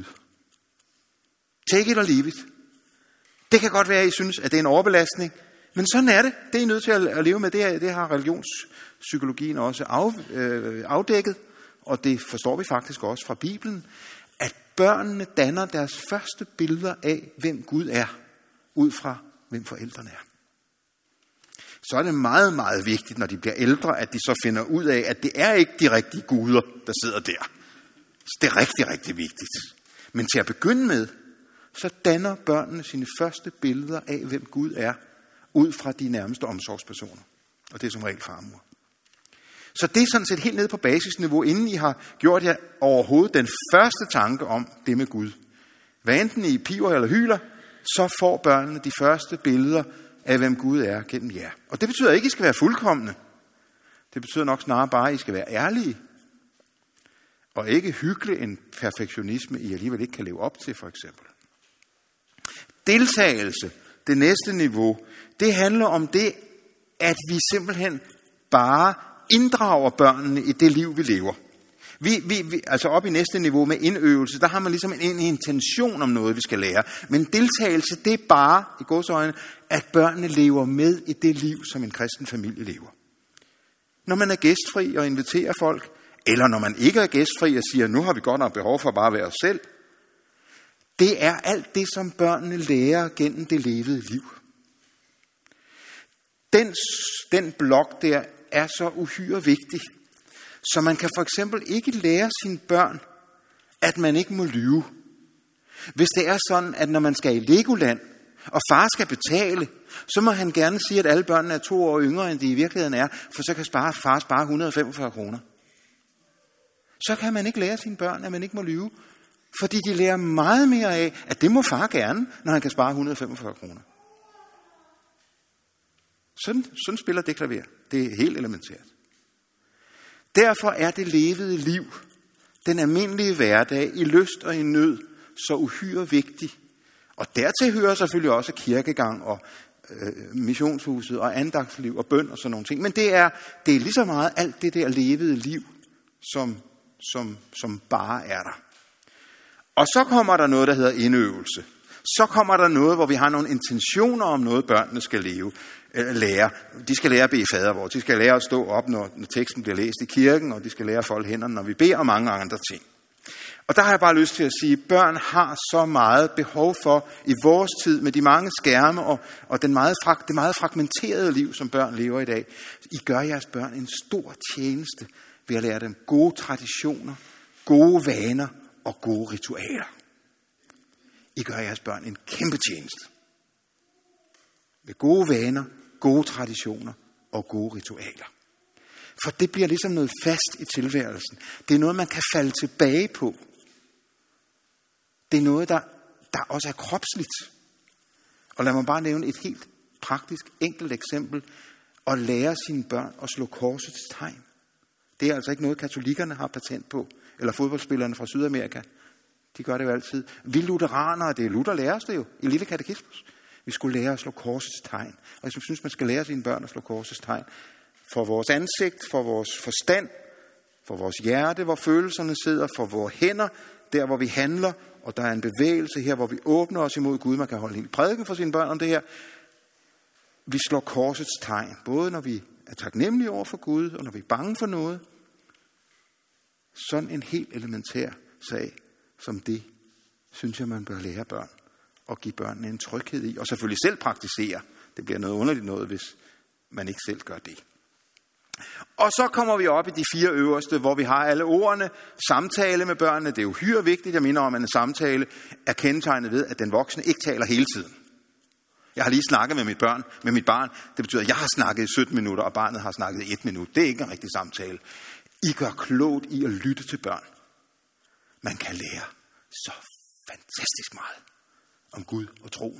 Take it or leave it. Det kan godt være, at I synes, at det er en overbelastning, men sådan er det. Det er I nødt til at leve med. Det, er, det har religionspsykologien også af, øh, afdækket, og det forstår vi faktisk også fra Bibelen, at børnene danner deres første billeder af, hvem Gud er, ud fra hvem forældrene er. Så er det meget, meget vigtigt, når de bliver ældre, at de så finder ud af, at det er ikke de rigtige guder, der sidder der. Så det er rigtig, rigtig vigtigt. Men til at begynde med, så danner børnene sine første billeder af, hvem Gud er, ud fra de nærmeste omsorgspersoner. Og det er som regel far og mor. Så det er sådan set helt nede på basisniveau, inden I har gjort jer overhovedet den første tanke om det med Gud. Hvad enten I piver eller hyler, så får børnene de første billeder af, hvem Gud er gennem jer. Og det betyder ikke, at I skal være fuldkomne. Det betyder nok snarere bare, at I skal være ærlige. Og ikke hykle en perfektionisme, I alligevel ikke kan leve op til, for eksempel. Deltagelse, det næste niveau, det handler om det, at vi simpelthen bare inddrager børnene i det liv, vi lever. Vi, vi, vi, altså op i næste niveau med indøvelse, der har man ligesom en, en intention om noget, vi skal lære. Men deltagelse, det er bare, i godsøjne, at børnene lever med i det liv, som en kristen familie lever. Når man er gæstfri og inviterer folk, eller når man ikke er gæstfri og siger, nu har vi godt nok behov for bare at være os selv, det er alt det, som børnene lærer gennem det levede liv. Den, den blok der er så uhyre vigtig, så man kan for eksempel ikke lære sine børn, at man ikke må lyve. Hvis det er sådan, at når man skal i Legoland, og far skal betale, så må han gerne sige, at alle børnene er to år yngre, end de i virkeligheden er, for så kan spare, far spare et hundrede og femogfyrre kroner. Så kan man ikke lære sine børn, at man ikke må lyve, fordi de lærer meget mere af, at det må far gerne, når han kan spare et hundrede og femogfyrre kroner. Sådan, sådan spiller det klaver. Det er helt elementært. Derfor er det levede liv, den almindelige hverdag, i lyst og i nød, så uhyre vigtig Og dertil hører selvfølgelig også kirkegang og øh, missionshuset og andagtsliv og bøn og sådan nogle ting. Men det er, det er lige så meget alt det der levede liv, som, som, som bare er der. Og så kommer der noget, der hedder indøvelse. Så kommer der noget, hvor vi har nogle intentioner om noget, børnene skal leve, øh, lære. De skal lære at bede fadervor. De skal lære at stå op, når, når teksten bliver læst i kirken, og de skal lære at folde hænderne, når vi beder, og mange andre ting. Og der har jeg bare lyst til at sige, at børn har så meget behov for i vores tid, med de mange skærme og, og den meget, det meget fragmenterede liv, som børn lever i dag. I gør jeres børn en stor tjeneste ved at lære dem gode traditioner, gode vaner og gode ritualer. I gør jeres børn en kæmpe tjeneste. Med gode vaner, gode traditioner og gode ritualer. For det bliver ligesom noget fast i tilværelsen. Det er noget, man kan falde tilbage på. Det er noget, der, der også er kropsligt. Og lad mig bare nævne et helt praktisk, enkelt eksempel. At lære sine børn at slå korsets tegn. Det er altså ikke noget, katolikkerne har patent på. Eller fodboldspillerne fra Sydamerika. De gør det jo altid. Vi lutheranere, det er Luther lærer os det jo, i lille katekismus. Vi skulle lære at slå korsets tegn. Og jeg synes, man skal lære sine børn at slå korsets tegn. For vores ansigt, for vores forstand, for vores hjerte, hvor følelserne sidder, for vores hænder, der hvor vi handler, og der er en bevægelse her, hvor vi åbner os imod Gud. Man kan holde en prædiken for sine børn om det her. Vi slår korsets tegn, både når vi er taknemmelige over for Gud, og når vi er bange for noget. Sådan en helt elementær sag som det, synes jeg, man bør lære børn, og give børnene en tryghed i, og selvfølgelig selv praktisere. Det bliver noget underligt noget, hvis man ikke selv gør det. Og så kommer vi op i de fire øverste, hvor vi har alle ordene. Samtale med børnene, det er uhyre vigtigt. Jeg minder om, at en samtale er kendetegnet ved, at den voksne ikke taler hele tiden. Jeg har lige snakket med mit, børn, med mit barn. Det betyder, at jeg har snakket i sytten minutter, og barnet har snakket i et minut. Det er ikke en rigtig samtale. I gør klogt i at lytte til børn. Man kan lære så fantastisk meget om Gud og troen.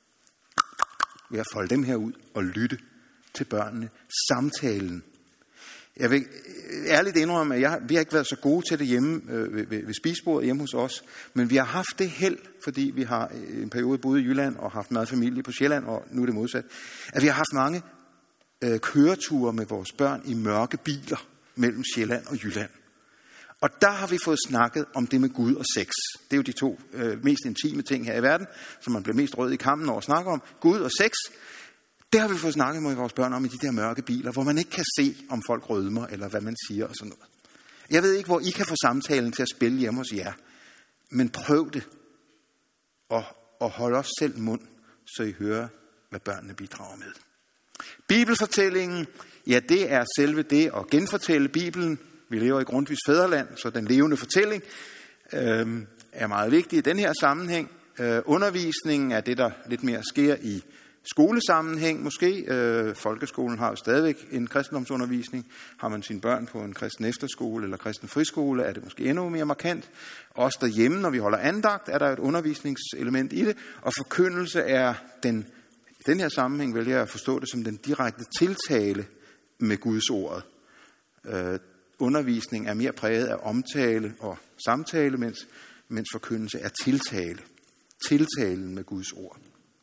Ved at folde dem her ud og lytte til børnene. Samtalen. Jeg vil ærligt indrømme, at jeg, vi har ikke været så gode til det hjemme øh, ved, ved, ved spisebordet hjemme hos os. Men vi har haft det held, fordi vi har en periode boet i Jylland og haft meget familie på Sjælland, og nu er det modsat. At vi har haft mange øh, køreture med vores børn i mørke biler mellem Sjælland og Jylland. Og der har vi fået snakket om det med Gud og sex. Det er jo de to øh, mest intime ting her i verden, som man bliver mest rød i kampen over at snakke om. Gud og sex. Det har vi fået snakket med vores børn om i de der mørke biler, hvor man ikke kan se, om folk rødmer, eller hvad man siger og sådan noget. Jeg ved ikke, hvor I kan få samtalen til at spille hjemme hos jer. Men prøv det. Og, og hold også selv mund, så I hører, hvad børnene bidrager med. Bibelfortællingen, ja, det er selve det at genfortælle Bibelen. Vi lever i Grundtvigs fædreland, så den levende fortælling øh, er meget vigtig i den her sammenhæng. Øh, undervisningen er det, der lidt mere sker i skolesammenhæng måske. Øh, folkeskolen har jo stadigvæk en kristendomsundervisning. Har man sine børn på en kristen efterskole eller kristen friskole, er det måske endnu mere markant. Også derhjemme, når vi holder andagt, er der et undervisningselement i det. Og forkyndelse er den, i den her sammenhæng vil jeg forstå det som den direkte tiltale med Guds ord. Øh, undervisning er mere præget af omtale og samtale, mens, mens forkyndelse er tiltale. Tiltalen med Guds ord.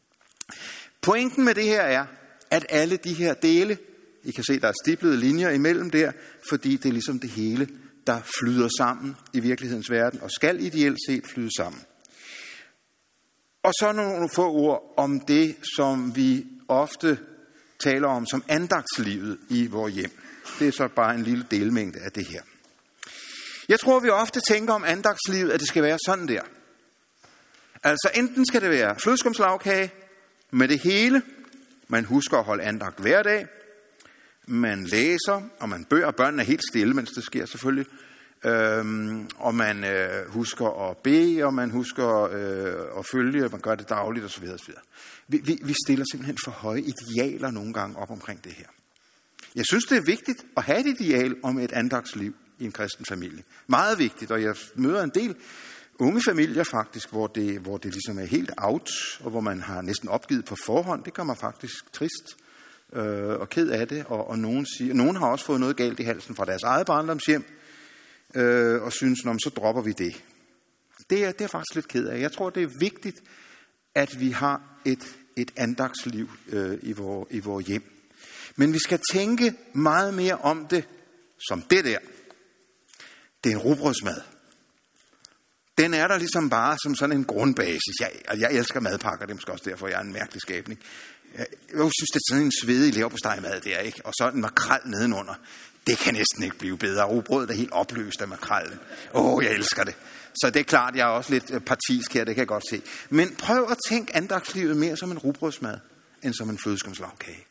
Pointen med det her er, at alle de her dele, I kan se, der er stiplede linjer imellem der, fordi det er ligesom det hele, der flyder sammen i virkelighedens verden, og skal ideelt set flyde sammen. Og så nogle få ord om det, som vi ofte taler om som andagtslivet i vores hjem. Det er så bare en lille delmængde af det her. Jeg tror, vi ofte tænker om andagtslivet, at det skal være sådan der. Altså enten skal det være flødeskumslagkage med det hele. Man husker at holde andagt hver dag. Man læser, og man bøger. Børnene er helt stille, mens det sker selvfølgelig. Øhm, og man øh, husker at bede, og man husker øh, at følge, og man gør det dagligt osv. osv. Vi, vi, vi stiller simpelthen for høje idealer nogle gange op omkring det her. Jeg synes, det er vigtigt at have et ideal om et andagtsliv i en kristen familie. Meget vigtigt, og jeg møder en del unge familier faktisk, hvor det, hvor det ligesom er helt out, og hvor man har næsten opgivet på forhånd. Det gør mig faktisk trist øh, og ked af det, og, og nogen, siger, nogen har også fået noget galt i halsen fra deres eget barndomshjem, øh, og synes, så dropper vi det. Det er, det er faktisk lidt ked af. Jeg tror, det er vigtigt at vi har et, et andagtsliv øh, i vores i vores hjem. Men vi skal tænke meget mere om det som det der. Det er en rugbrødsmad. Den er der ligesom bare som sådan en grundbasis. Jeg, jeg elsker madpakker, det er måske også derfor, jeg er en mærkelig skabning. Jeg, jeg synes, det er sådan en svedig leverpostejmad der, ikke? Og så en makrel nedenunder. Det kan næsten ikke blive bedre. Rugbrødet er helt opløst af makrellen. Åh, oh, jeg elsker det. Så det er klart, jeg er også lidt partisk her, det kan jeg godt se. Men prøv at tænke andagslivet mere som en rugbrødsmad, end som en flødeskumslagkage.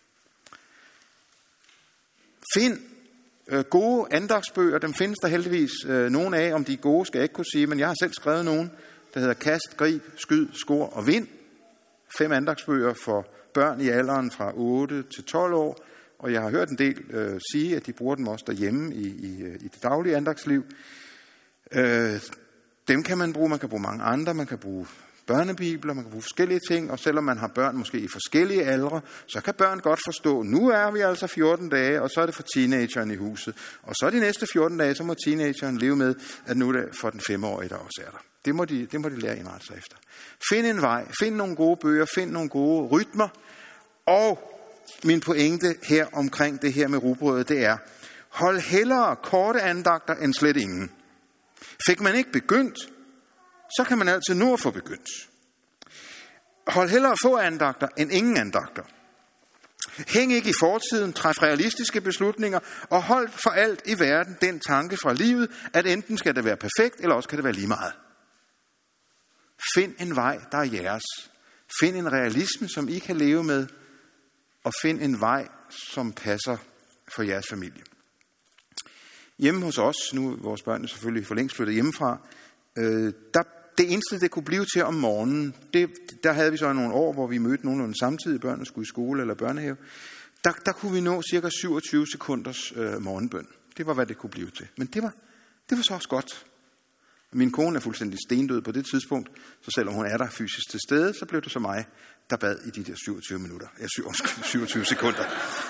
Find øh, gode andagsbøger, dem findes der heldigvis øh, nogle af. Om de er gode, skal jeg ikke kunne sige, men jeg har selv skrevet nogen, der hedder Kast, Grib, Skyd, Skor og Vind. Fem andagsbøger for børn i alderen fra otte til tolv år. Og jeg har hørt en del øh, sige, at de bruger dem også derhjemme i, i, i det daglige andagsliv. Øh, dem kan man bruge, man kan bruge mange andre, man kan bruge børnebibler, man kan bruge forskellige ting, og selvom man har børn måske i forskellige aldre, så kan børn godt forstå, nu er vi altså fjorten dage, og så er det for teenageren i huset. Og så de næste fjorten dage, så må teenageren leve med, at nu er det for den femårige, der også er der. Det må de, det må de lære indrette sig efter. Find en vej, find nogle gode bøger, find nogle gode rytmer, og min pointe her omkring det her med rugbrødet, det er, hold hellere korte andagter end slet ingen. Fik man ikke begyndt, så kan man altid nå at få begyndt. Hold hellere få andagter end ingen andagter. Hæng ikke i fortiden, træf realistiske beslutninger, og hold for alt i verden den tanke fra livet, at enten skal det være perfekt, eller også kan det være lige meget. Find en vej, der er jeres. Find en realisme, som I kan leve med, og find en vej, som passer for jeres familie. Hjemme hos os, nu er vores børn selvfølgelig for længst flyttet hjemmefra, øh, der, det eneste, det kunne blive til om morgenen, det, der havde vi så nogle år, hvor vi mødte nogenlunde samtidig, børnene skulle i skole eller børnehave, der, der kunne vi nå cirka syvogtyve sekunders øh, morgenbøn. Det var, hvad det kunne blive til. Men det var, det var så også godt. Min kone er fuldstændig stendød på det tidspunkt, så selvom hun er der fysisk til stede, så blev det så mig, der bad i de der syvogtyve minutter. Ja, syvogtyve sekunder.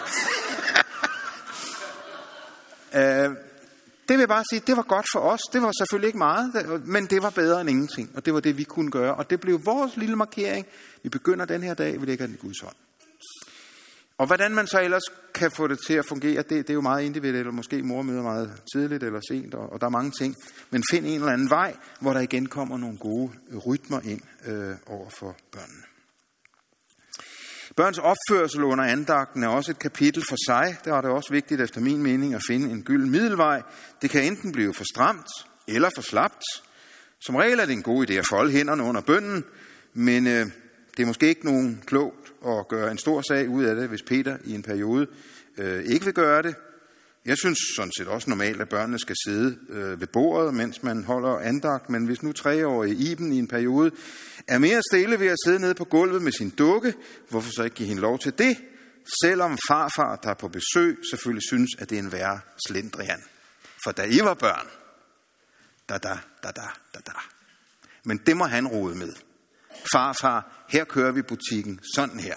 uh, det vil jeg bare sige, det var godt for os. Det var selvfølgelig ikke meget, men det var bedre end ingenting. Og det var det, vi kunne gøre. Og det blev vores lille markering. Vi begynder den her dag, vi lægger den i Guds hånd. Og hvordan man så ellers kan få det til at fungere, det, det er jo meget individuelt, og måske mor møder meget tidligt eller sent, og, og der er mange ting. Men find en eller anden vej, hvor der igen kommer nogle gode rytmer ind øh, over for børnene. Børns opførsel under andagten er også et kapitel for sig. Der er det også vigtigt efter min mening at finde en gylden middelvej. Det kan enten blive for stramt eller for slapt. Som regel er det en god idé at folde hænderne under bønnen, men øh, det er måske ikke nogen klogt at gøre en stor sag ud af det, hvis Peter i en periode øh, ikke vil gøre det. Jeg synes sådan set også normalt, at børnene skal sidde øh, ved bordet, mens man holder andagt. Men hvis nu treårige Iben i en periode er mere stille ved at sidde nede på gulvet med sin dukke, hvorfor så ikke give hende lov til det? Selvom farfar, der er på besøg, selvfølgelig synes, at det er en værre slendrian. For da I var børn, da da, da da, da da. Men det må han rode med. Farfar, her kører vi butikken sådan her.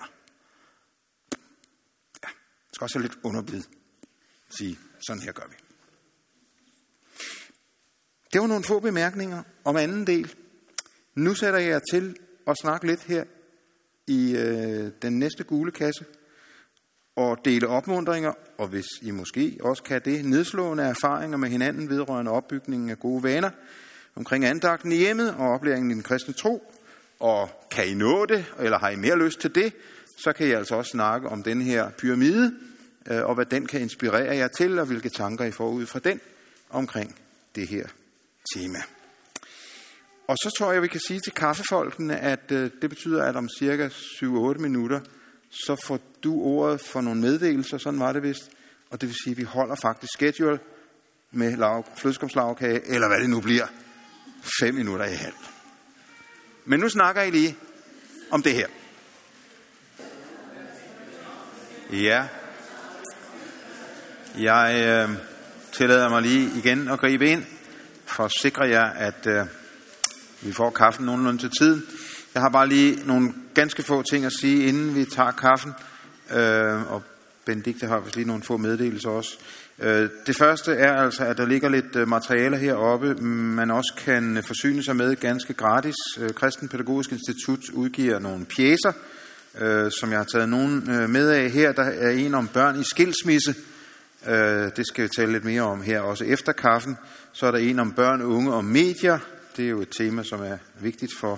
Ja, jeg skal også have lidt underbid. Sige, sådan her gør vi. Det var nogle få bemærkninger om anden del. Nu sætter jeg til at snakke lidt her i øh, den næste gule kasse og dele opmuntringer, og hvis I måske også kan det, nedslående erfaringer med hinanden vedrørende opbygningen af gode vaner omkring andagten i hjemmet og oplæringen i den kristne tro. Og kan I nå det, eller har I mere lyst til det, så kan I altså også snakke om den her pyramide, og hvad den kan inspirere jer til, og hvilke tanker I får ud fra den omkring det her tema. Og så tror jeg, vi kan sige til kaffefolkene, at øh, det betyder, at om cirka syv otte minutter, så får du ordet for nogle meddelelser, sådan var det vist, og det vil sige, at vi holder faktisk schedule med flødeskumslagkage, eller hvad det nu bliver, fem minutter i halv. Men nu snakker I lige om det her. Ja. Jeg øh, tillader mig lige igen at gribe ind, for at sikre jer, at øh, vi får kaffen nogenlunde til tiden. Jeg har bare lige nogle ganske få ting at sige, inden vi tager kaffen. Øh, og Benedikte har vist lige nogle få meddelelser også. Det første er altså, at der ligger lidt materialer heroppe, man også kan forsyne sig med ganske gratis. Kristen Pædagogisk Institut udgiver nogle pjecer, som jeg har taget nogen med af her. Der er en om børn i skilsmisse. Det skal vi tale lidt mere om her, også efter kaffen. Så er der en om børn, unge og medier. Det er jo et tema, som er vigtigt for,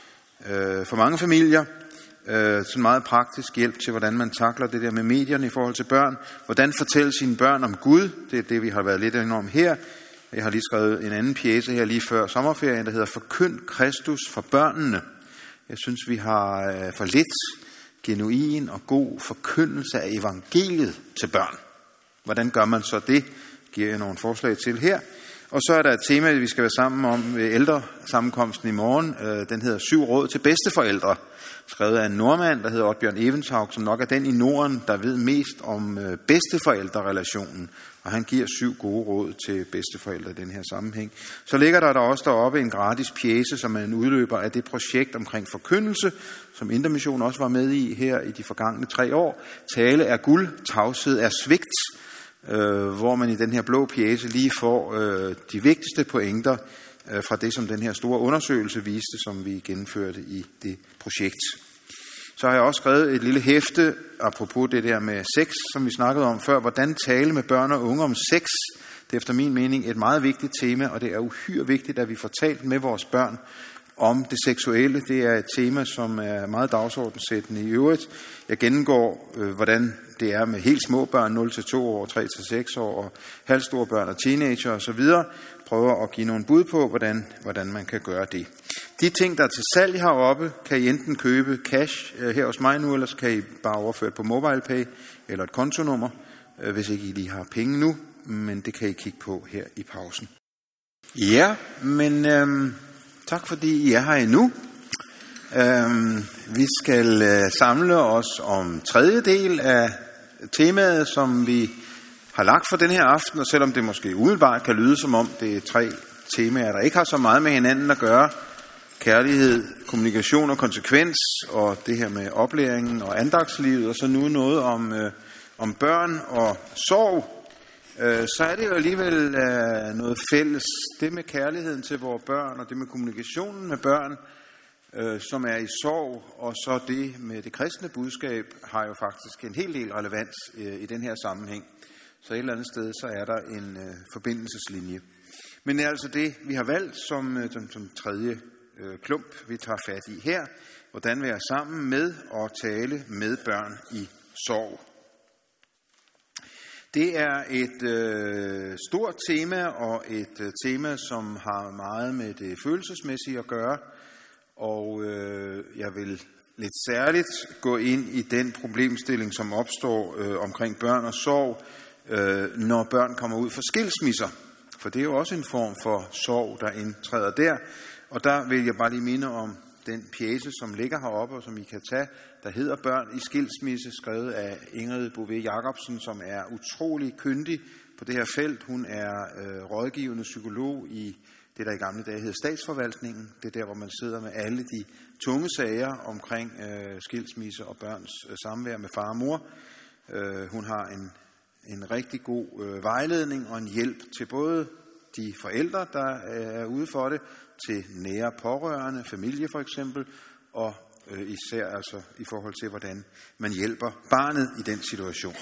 for mange familier. Sådan meget praktisk hjælp til, hvordan man takler det der med medierne i forhold til børn. Hvordan fortælle sine børn om Gud. Det er det, vi har været lidt inde om her. Jeg har lige skrevet en anden pjece her lige før sommerferien, der hedder Forkynd Kristus for børnene. Jeg synes, vi har for lidt genuin og god forkyndelse af evangeliet til børn. Hvordan gør man så det? Giver jeg nogle forslag til her. Og så er der et tema, vi skal være sammen om ved ældresammenkomsten i morgen. Den hedder Syv råd til bedsteforældre. Skrevet af en nordmand, der hedder Oddbjørn Evenshaug, som nok er den i Norden, der ved mest om bedsteforældrerelationen. Og han giver syv gode råd til bedsteforældre i den her sammenhæng. Så ligger der der også deroppe en gratis pjece, som er en udløber af det projekt omkring forkyndelse, som Indre Mission også var med i her i de forgangne tre år. Tale er guld, tavshed er svigt. Øh, hvor man i den her blå pjece lige får øh, de vigtigste pointer øh, fra det, som den her store undersøgelse viste, som vi gennemførte i det projekt. Så har jeg også skrevet et lille hæfte, apropos det der med sex, som vi snakkede om før. Hvordan tale med børn og unge om sex. Det er efter min mening et meget vigtigt tema, og det er uhyre vigtigt, at vi får talt med vores børn om det seksuelle. Det er et tema, som er meget dagsordensættende i øvrigt. Jeg gennemgår, øh, hvordan det er med helt små børn, nul til to år, tre til seks år, og halvstore børn og teenager osv. Prøver at give nogle bud på, hvordan, hvordan man kan gøre det. De ting, der er til salg heroppe, kan I enten købe cash øh, her hos mig nu, eller så kan I bare overføre på MobilePay eller et kontonummer, øh, hvis ikke I lige har penge nu, men det kan I kigge på her i pausen. Ja, men øh, tak fordi I er her endnu. Øhm, vi skal øh, samle os om tredje del af temaet, som vi har lagt for den her aften, og selvom det måske umiddelbart kan lyde som om det er tre temaer, der ikke har så meget med hinanden at gøre, kærlighed, kommunikation og konsekvens, og det her med oplæringen og andagslivet, og så nu noget om, øh, om børn og sorg, øh, så er det jo alligevel øh, noget fælles. Det med kærligheden til vores børn, og det med kommunikationen med børn, øh, som er i sorg, og så det med det kristne budskab, har jo faktisk en hel del relevans øh, i den her sammenhæng. Så et eller andet sted, så er der en øh, forbindelseslinje. Men det er altså det, vi har valgt som, øh, som, som tredje øh, klump, vi tager fat i her. Hvordan være sammen med og tale med børn i sorg. Det er et øh, stort tema, og et øh, tema, som har meget med det følelsesmæssige at gøre. Og øh, jeg vil lidt særligt gå ind i den problemstilling, som opstår øh, omkring børn og sorg, øh, når børn kommer ud for skilsmisser. For det er jo også en form for sorg, der indtræder der. Og der vil jeg bare lige minde om den pjece, som ligger heroppe, og som I kan tage, der hedder Børn i skilsmisse, skrevet af Ingrid Bouvet Jacobsen, som er utrolig kyndig på det her felt. Hun er øh, rådgivende psykolog i det, der i gamle dage hed statsforvaltningen. Det er der, hvor man sidder med alle de tunge sager omkring øh, skilsmisse og børns øh, samvær med far og mor. Øh, hun har en, en rigtig god øh, vejledning og en hjælp til både de forældre, der er ude for det, til nære pårørende, familie for eksempel, og øh, især altså i forhold til, hvordan man hjælper barnet i den situation.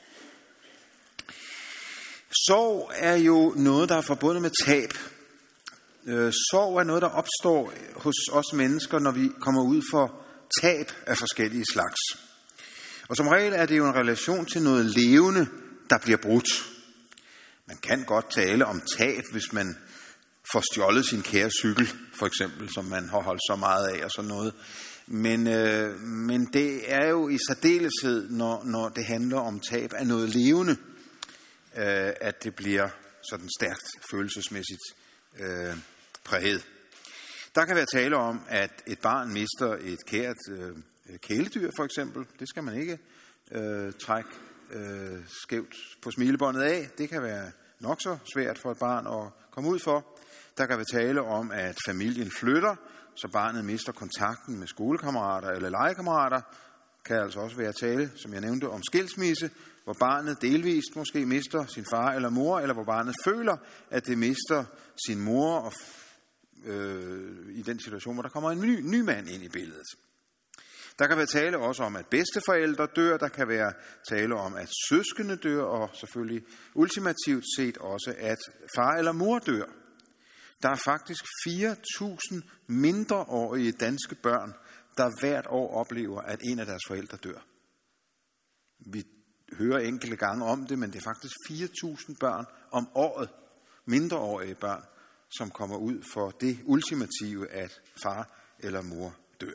Sorg er jo noget, der er forbundet med tab. Øh, sorg er noget, der opstår hos os mennesker, når vi kommer ud for tab af forskellige slags. Og som regel er det jo en relation til noget levende, der bliver brudt. Man kan godt tale om tab, hvis man får stjålet sin kære cykel, for eksempel, som man har holdt så meget af og sådan noget. Men, øh, men det er jo i særdeleshed, når, når det handler om tab af noget levende, øh, at det bliver sådan stærkt følelsesmæssigt øh, præget. Der kan være tale om, at et barn mister et kært øh, kæledyr, for eksempel. Det skal man ikke øh, trække øh, skævt på smilebåndet af. Det kan være nok så svært for et barn at komme ud for. Der kan være tale om, at familien flytter, så barnet mister kontakten med skolekammerater eller legekammerater. kan altså også være tale, som jeg nævnte, om skilsmisse, hvor barnet delvist måske mister sin far eller mor, eller hvor barnet føler, at det mister sin mor, og, øh, i den situation, hvor der kommer en ny, ny mand ind i billedet. Der kan være tale også om, at bedsteforældre dør, der kan være tale om, at søskende dør, og selvfølgelig ultimativt set også, at far eller mor dør. Der er faktisk fire tusind mindreårige danske børn, der hvert år oplever, at en af deres forældre dør. Vi hører enkelte gange om det, men det er faktisk fire tusind børn om året, mindreårige børn, som kommer ud for det ultimative, at far eller mor dør.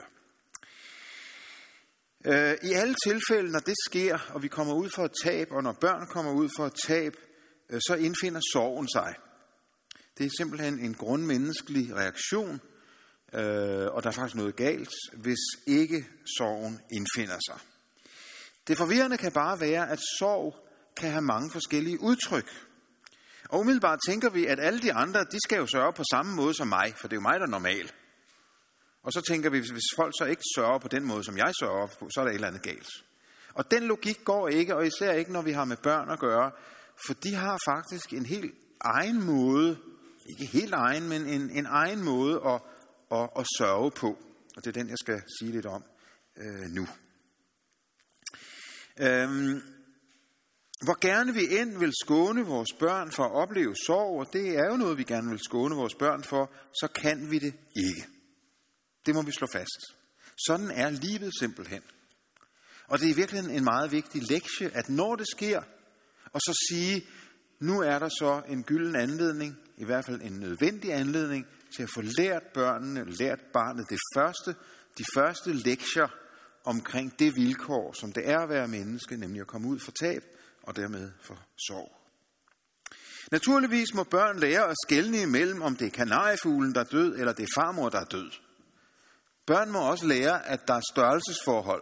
I alle tilfælde, når det sker, og vi kommer ud for et tab, og når børn kommer ud for et tab, så indfinder sorgen sig. Det er simpelthen en grundmenneskelig reaktion, og der er faktisk noget galt, hvis ikke sorgen indfinder sig. Det forvirrende kan bare være, at sorg kan have mange forskellige udtryk. Og umiddelbart tænker vi, at alle de andre, de skal jo sørge på samme måde som mig, for det er jo mig, der er normal. Og så tænker vi, hvis folk så ikke sørger på den måde, som jeg sørger på, så er der et eller andet galt. Og den logik går ikke, og især ikke, når vi har med børn at gøre, for de har faktisk en helt egen måde, ikke helt egen, men en, en egen måde at, at, at sørge på. Og det er den, jeg skal sige lidt om øh, nu. Øhm, hvor gerne vi end vil skåne vores børn for at opleve sorg, og det er jo noget, vi gerne vil skåne vores børn for, så kan vi det ikke. Det må vi slå fast. Sådan er livet simpelthen. Og det er virkelig en meget vigtig lektie, at når det sker, og så sige, nu er der så en gylden anledning, i hvert fald en nødvendig anledning, til at få lært børnene, lært barnet det første, de første lektier omkring det vilkår, som det er at være menneske, nemlig at komme ud for tab, og dermed for sorg. Naturligvis må børn lære at skelne imellem, om det er kanariefuglen, der er død, eller det er farmor, der er død. Børn må også lære, at der er størrelsesforhold.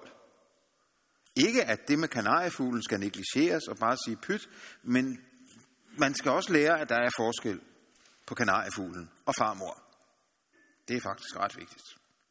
Ikke at det med kanariefuglen skal negligeres og bare sige pyt, men man skal også lære, at der er forskel på kanariefuglen og farmor. Det er faktisk ret vigtigt.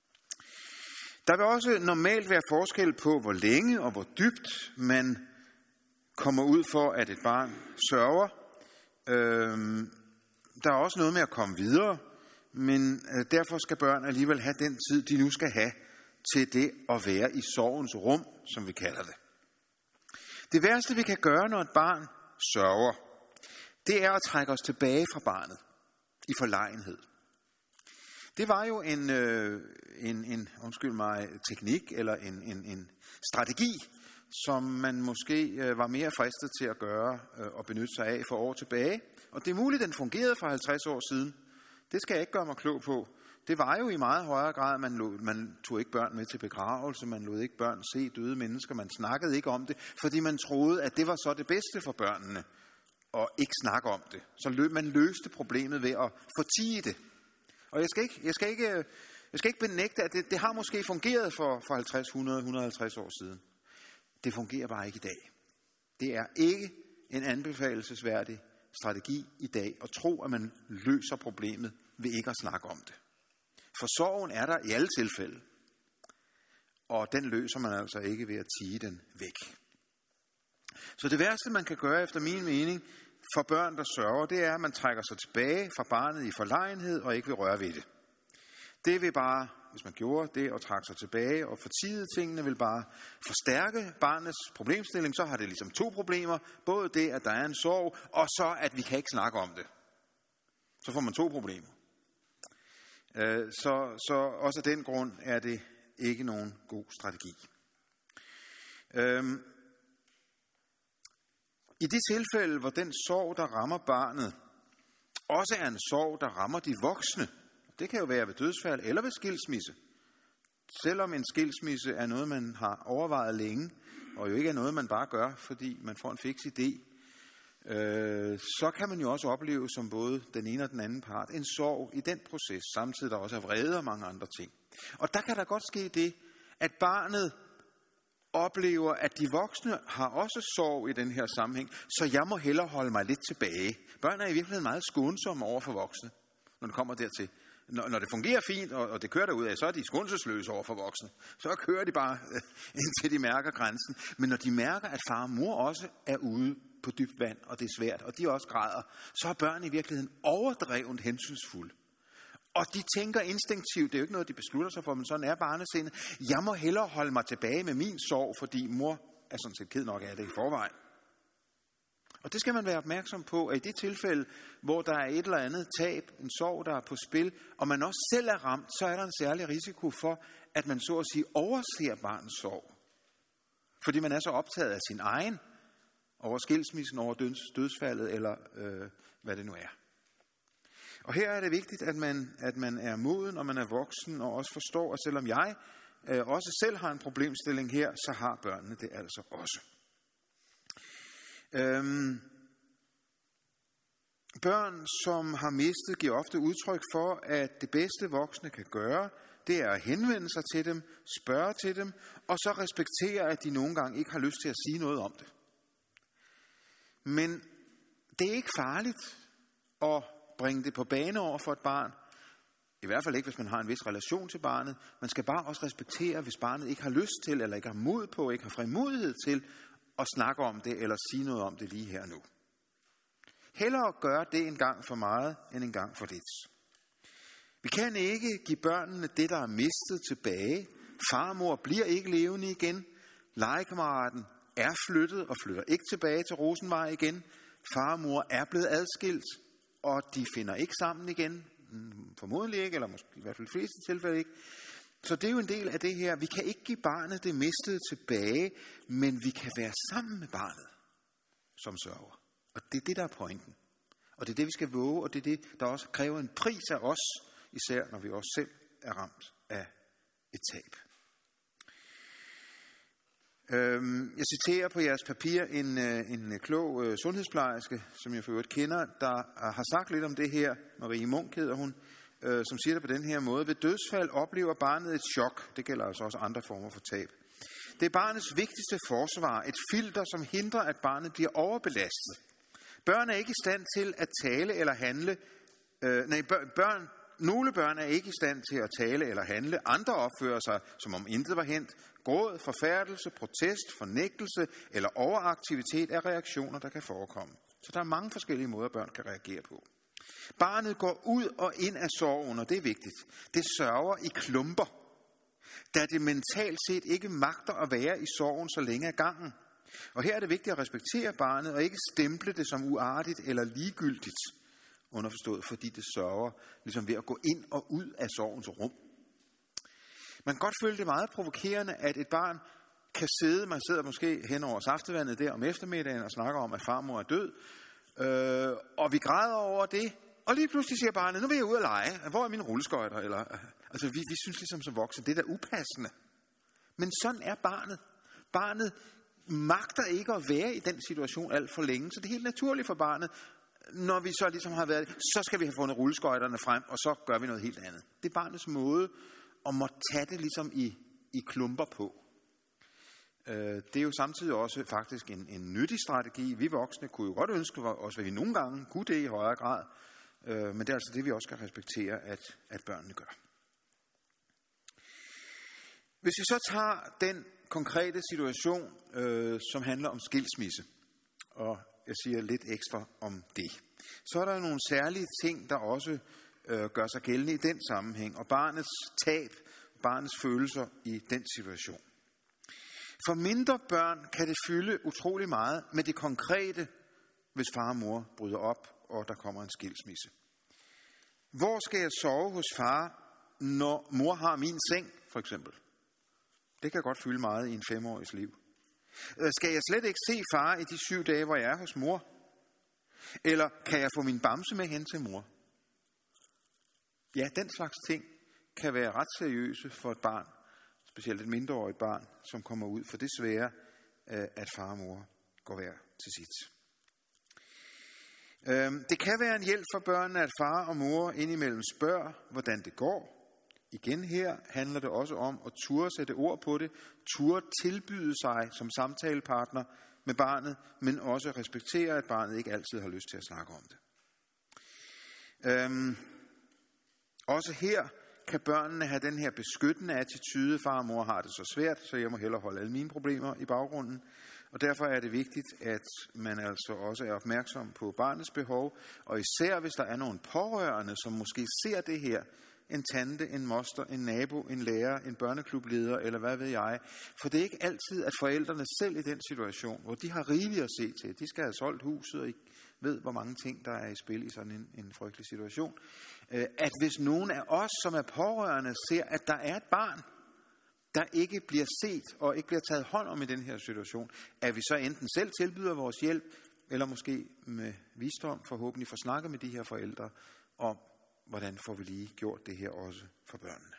Der vil også normalt være forskel på, hvor længe og hvor dybt man kommer ud for, at et barn sørger. Øhm, der er også noget med at komme videre, men øh, derfor skal børn alligevel have den tid, de nu skal have til det at være i sorgens rum, som vi kalder det. Det værste, vi kan gøre, når et barn sørger, det er at trække os tilbage fra barnet i forlegenhed. Det var jo en, øh, en, en undskyld mig, teknik eller en, en, en strategi, som man måske øh, var mere fristet til at gøre øh, og benytte sig af for år tilbage. Og det er muligt, den fungerede for halvtreds år siden. Det skal jeg ikke gøre mig klog på. Det var jo i meget højere grad, man, lod, man tog ikke børn med til begravelse, man lod ikke børn se døde mennesker, man snakkede ikke om det, fordi man troede, at det var så det bedste for børnene, at ikke snakke om det. Så løb, man løste problemet ved at fortie det. Og jeg skal ikke, jeg skal ikke, jeg skal ikke benægte, at det, det har måske fungeret for, for halvtreds, hundrede, et hundrede og halvtreds år siden. Det fungerer bare ikke i dag. Det er ikke en anbefalelsesværdig strategi i dag at tro, at man løser problemet ved ikke at snakke om det. For sorgen er der i alle tilfælde, og den løser man altså ikke ved at tie den væk. Så det værste, man kan gøre efter min mening for børn, der sørger, det er, at man trækker sig tilbage fra barnet i forlegenhed og ikke vil røre ved det. Det vil bare, hvis man gjorde det, at trække sig tilbage og fortide tingene, vil bare forstærke barnets problemstilling. Så har det ligesom to problemer. Både det, at der er en sorg, og så, at vi kan ikke snakke om det. Så får man to problemer. Så, så også af den grund er det ikke nogen god strategi. Øhm, I de tilfælde, hvor den sorg, der rammer barnet, også er en sorg, der rammer de voksne, det kan jo være ved dødsfald eller ved skilsmisse. Selvom en skilsmisse er noget, man har overvejet længe, og jo ikke er noget, man bare gør, fordi man får en fiks idé, øh, så kan man jo også opleve som både den ene og den anden part en sorg i den proces, samtidig der også er vrede og mange andre ting. Og der kan der godt ske det, at barnet oplever, at de voksne har også sorg i den her sammenhæng, så jeg må hellere holde mig lidt tilbage. Børn er i virkeligheden meget skånsomme over for voksne, når det kommer dertil. Når, når det fungerer fint, og, og det kører derudad, så er de skånselsløse over for voksne. Så kører de bare, øh, indtil de mærker grænsen. Men når de mærker, at far og mor også er ude på dybt vand, og det er svært, og de også græder, så er børn i virkeligheden overdrevent hensynsfulde. Og de tænker instinktivt, det er jo ikke noget, de beslutter sig for, men sådan er barnesindet. Jeg må hellere holde mig tilbage med min sorg, fordi mor er sådan set ked nok af det i forvejen. Og det skal man være opmærksom på, at i det tilfælde, hvor der er et eller andet tab, en sorg, der er på spil, og man også selv er ramt, så er der en særlig risiko for, at man så at sige overser barnets sorg. Fordi man er så optaget af sin egen, over skilsmissen, over døds, dødsfaldet, eller øh, hvad det nu er. Og her er det vigtigt, at man, at man er moden, og man er voksen, og også forstår, at selvom jeg øh, også selv har en problemstilling her, så har børnene det altså også. Øhm, børn, som har mistet, giver ofte udtryk for, at det bedste voksne kan gøre, det er at henvende sig til dem, spørge til dem, og så respektere, at de nogle gange ikke har lyst til at sige noget om det. Men det er ikke farligt at bringe det på bane over for et barn. I hvert fald ikke, hvis man har en vis relation til barnet. Man skal bare også respektere, hvis barnet ikke har lyst til, eller ikke har mod på, ikke har frimodighed til at snakke om det, eller sige noget om det lige her nu. Hellere gøre det en gang for meget, end en gang for lidt. Vi kan ikke give børnene det, der er mistet, tilbage. Far og mor bliver ikke levende igen. Legekammeraten er flyttet og flytter ikke tilbage til Rosenvej igen. Far og mor er blevet adskilt, og de finder ikke sammen igen. Formodentlig ikke, eller måske i hvert fald i fleste tilfælde ikke. Så det er jo en del af det her. Vi kan ikke give barnet det mistede tilbage, men vi kan være sammen med barnet, som sørger. Og det er det, der er pointen. Og det er det, vi skal våge, og det er det, der også kræver en pris af os, især når vi også selv er ramt af et tab. Jeg citerer på jeres papir en, en klog sundhedsplejerske, som jeg for øvrigt kender, der har sagt lidt om det her. Marie Munk hedder hun, som siger det på den her måde. Ved dødsfald oplever barnet et chok. Det gælder altså også andre former for tab. Det er barnets vigtigste forsvar, et filter, som hindrer, at barnet bliver overbelastet. Børn er ikke i stand til at tale eller handle. Øh, nej, børn, nogle børn er ikke i stand til at tale eller handle. Andre opfører sig, som om intet var hændt. Gråd, forfærdelse, protest, fornægtelse eller overaktivitet er reaktioner, der kan forekomme. Så der er mange forskellige måder, børn kan reagere på. Barnet går ud og ind af sorgen, og det er vigtigt. Det sørger i klumper, da det mentalt set ikke magter at være i sorgen så længe ad gangen. Og her er det vigtigt at respektere barnet, og ikke stemple det som uartigt eller ligegyldigt, underforstået, fordi det sørger ligesom ved at gå ind og ud af sorgens rum. Man kan godt føle det meget provokerende, at et barn kan sidde, man sidder måske hen over saftevandet der om eftermiddagen og snakker om, at farmor er død, øh, og vi græder over det, og lige pludselig siger barnet, nu vil jeg ud og lege, hvor er mine rulleskøjter? Eller, altså vi, vi synes ligesom som voksne, det er da upassende. Men sådan er barnet. Barnet magter ikke at være i den situation alt for længe, så det er helt naturligt for barnet, når vi så ligesom har været, så skal vi have fundet rulleskøjterne frem, og så gør vi noget helt andet. Det er barnets måde at må tage det ligesom i, i klumper på. Det er jo samtidig også faktisk en, en nyttig strategi. Vi voksne kunne jo godt ønske også, at vi nogle gange kunne det i højere grad, men det er altså det, vi også skal respektere, at, at børnene gør. Hvis vi så tager den konkrete situation, øh, som handler om skilsmisse, og jeg siger lidt ekstra om det, så er der nogle særlige ting, der også øh, gør sig gældende i den sammenhæng, og barnets tab, barnets følelser i den situation. For mindre børn kan det fylde utrolig meget med det konkrete, hvis far og mor bryder op, og der kommer en skilsmisse. Hvor skal jeg sove hos far, når mor har min seng, for eksempel? Det kan godt fylde meget i en femårigs liv. Skal jeg slet ikke se far i de syv dage, hvor jeg er hos mor? Eller kan jeg få min bamse med hen til mor? Ja, den slags ting kan være ret seriøse for et barn, specielt et mindreårigt barn, som kommer ud for det svære, at far og mor går hver til sit. Det kan være en hjælp for børnene, at far og mor indimellem spørger, hvordan det går. Igen her handler det også om at turde sætte ord på det, turde tilbyde sig som samtalepartner med barnet, men også respektere, at barnet ikke altid har lyst til at snakke om det. Øhm, Også her kan børnene have den her beskyttende attitude. Far og mor har det så svært, så jeg må hellere holde alle mine problemer i baggrunden. Og derfor er det vigtigt, at man altså også er opmærksom på barnets behov. Og især hvis der er nogle pårørende, som måske ser det her. En tante, en moster, en nabo, en lærer, en børneklubleder, eller hvad ved jeg. For det er ikke altid, at forældrene selv i den situation, hvor de har rigeligt at se til, de skal have solgt huset og ikke ved, hvor mange ting, der er i spil i sådan en, en frygtelig situation. At hvis nogen af os, som er pårørende, ser, at der er et barn, der ikke bliver set og ikke bliver taget hånd om i den her situation, at vi så enten selv tilbyder vores hjælp, eller måske med visdom forhåbentlig får snakket med de her forældre om, hvordan får vi lige gjort det her også for børnene.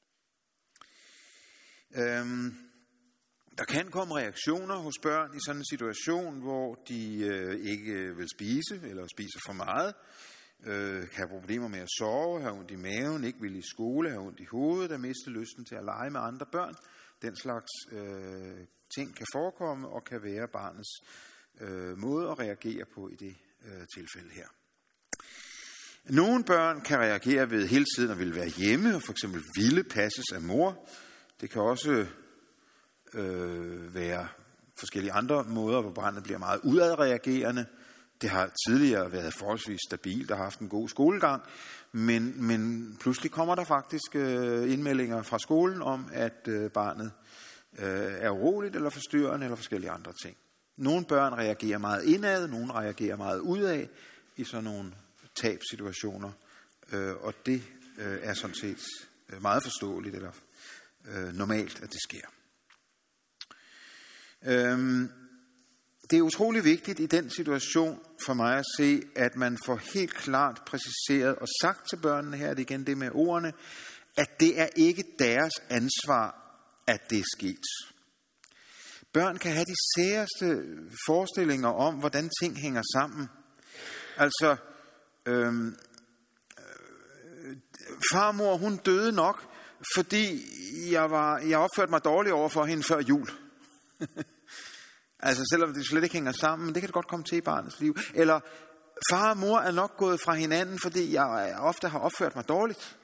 Øhm, der kan komme reaktioner hos børn i sådan en situation, hvor de øh, ikke vil spise eller spiser for meget, øh, kan have problemer med at sove, have ondt i maven, ikke vil i skole, have ondt i hovedet, og miste lysten til at lege med andre børn. Den slags øh, ting kan forekomme og kan være barnets øh, måde at reagere på i det øh, tilfælde her. Nogle børn kan reagere ved hele tiden at ville være hjemme, og for eksempel ville passes af mor. Det kan også øh, være forskellige andre måder, hvor barnet bliver meget udadreagerende. Det har tidligere været forholdsvis stabilt og har haft en god skolegang, men, men pludselig kommer der faktisk øh, indmeldinger fra skolen om, at øh, barnet øh, er uroligt eller forstyrrende eller forskellige andre ting. Nogle børn reagerer meget indad, nogle reagerer meget udad i sådan nogle tabssituationer, øh, og det øh, er sådan set meget forståeligt eller øh, normalt, at det sker. Øhm, det er utrolig vigtigt i den situation for mig at se, at man får helt klart præciseret og sagt til børnene her, det igen det med ordene, at det er ikke deres ansvar, at det er sket. Børn kan have de særeste forestillinger om, hvordan ting hænger sammen. Altså, Øhm, øh, farmor, hun døde nok, fordi jeg, var, jeg opførte mig dårligt over for hende før jul. Altså selvom det slet ikke hænger sammen, men det kan det godt komme til i barnets liv. Eller far og mor er nok gået fra hinanden, fordi jeg ofte har opført mig dårligt.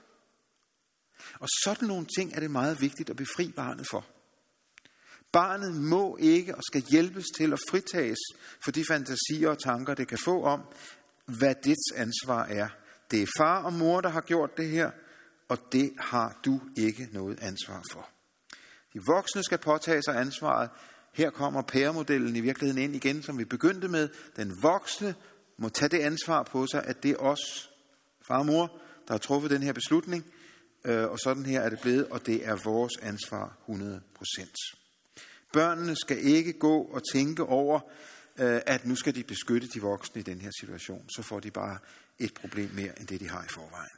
Og sådan nogle ting er det meget vigtigt at befri barnet for. Barnet må ikke og skal hjælpes til at fritages for de fantasier og tanker, det kan få om, hvad dets ansvar er. Det er far og mor, der har gjort det her, og det har du ikke noget ansvar for. De voksne skal påtage sig ansvaret. Her kommer pæremodellen i virkeligheden ind igen, som vi begyndte med. Den voksne må tage det ansvar på sig, at det er os, far og mor, der har truffet den her beslutning, og sådan her er det blevet, og det er vores ansvar hundrede procent. Børnene skal ikke gå og tænke over, at nu skal de beskytte de voksne i den her situation. Så får de bare et problem mere, end det de har i forvejen.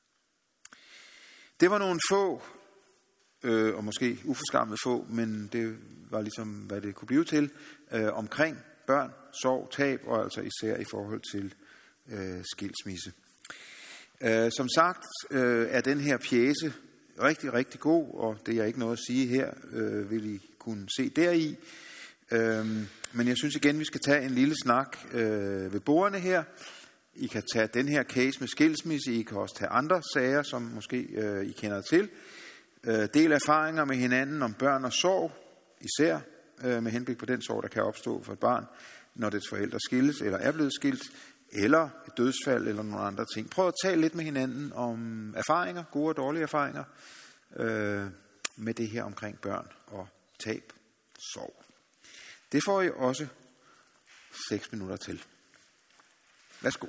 Det var nogle få, øh, og måske uforskammede få, men det var ligesom, hvad det kunne blive til, øh, omkring børn, sorg, tab, og altså især i forhold til øh, skilsmisse. Øh, som sagt øh, er den her pjece rigtig, rigtig god, og det er ikke noget at sige her, øh, vil I kunne se deri. Øhm, men jeg synes igen, vi skal tage en lille snak øh, ved bordene her. I kan tage den her case med skilsmisse, I kan også tage andre sager, som måske øh, I kender til. Øh, del erfaringer med hinanden om børn og sorg, især øh, med henblik på den sorg, der kan opstå for et barn, når dets forældre skilles eller er blevet skilt, eller et dødsfald eller nogle andre ting. Prøv at tale lidt med hinanden om erfaringer, gode og dårlige erfaringer, øh, med det her omkring børn og tab, sorg. Det får I også seks minutter til. Værsgo.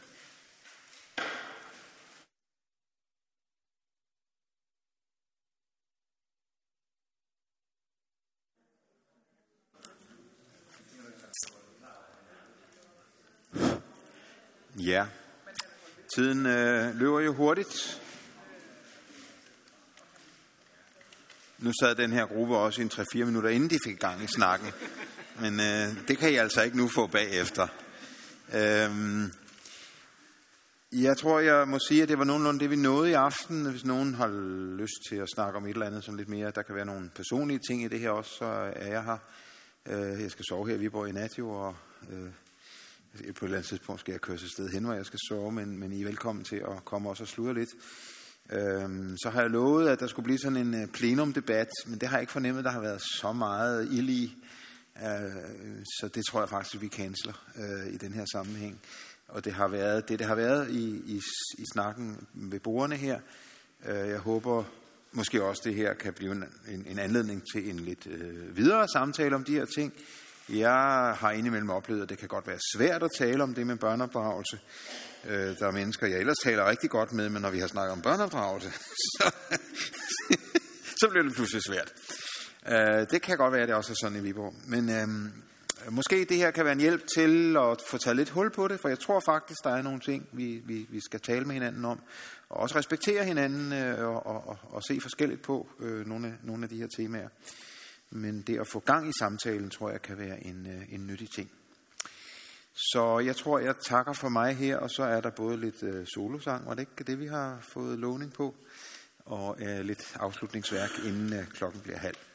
Ja, tiden øh, løber jo hurtigt. Nu sad den her gruppe også i en tre fire minutter, inden de fik gang i snakken. Men øh, det kan I altså ikke nu få bagefter. Øhm, jeg tror, jeg må sige, at det var nogenlunde det, vi nåede i aften. Hvis nogen har lyst til at snakke om et eller andet sådan lidt mere, der kan være nogle personlige ting i det her også, så er jeg her. Øh, jeg skal sove her i Viborg i nat jo, og øh, på et eller andet tidspunkt skal jeg køre til sted hen, hvor jeg skal sove, men, men I er velkommen til at komme også og sludre lidt. Øhm, så har jeg lovet, at der skulle blive sådan en plenumdebat, men det har jeg ikke fornemmet, der har været så meget ild i. Øh, så det tror jeg faktisk, vi canceler øh, i den her sammenhæng. Og det har været det, det har været i, i, i snakken ved bordene her. Øh, jeg håber måske også, det her kan blive en, en, en anledning til en lidt øh, videre samtale om de her ting. Jeg har indimellem oplevet, at det kan godt være svært at tale om det med børneopdragelse. Øh, der er mennesker, jeg ellers taler rigtig godt med, men når vi har snakket om børneopdragelse, så, så bliver det pludselig svært. Øh, det kan godt være, at det også er sådan i Viborg. Men øh, måske det her kan være en hjælp til at få taget lidt hul på det, for jeg tror faktisk, der er nogle ting, vi, vi, vi skal tale med hinanden om, og også respektere hinanden øh, og, og, og, og se forskelligt på øh, nogle, af, nogle af de her temaer. Men det at få gang i samtalen, tror jeg, kan være en, en nyttig ting. Så jeg tror, jeg takker for mig her, og så er der både lidt øh, solosang, var det ikke det, vi har fået lovning på, og øh, lidt afslutningsværk, inden øh, klokken bliver halv.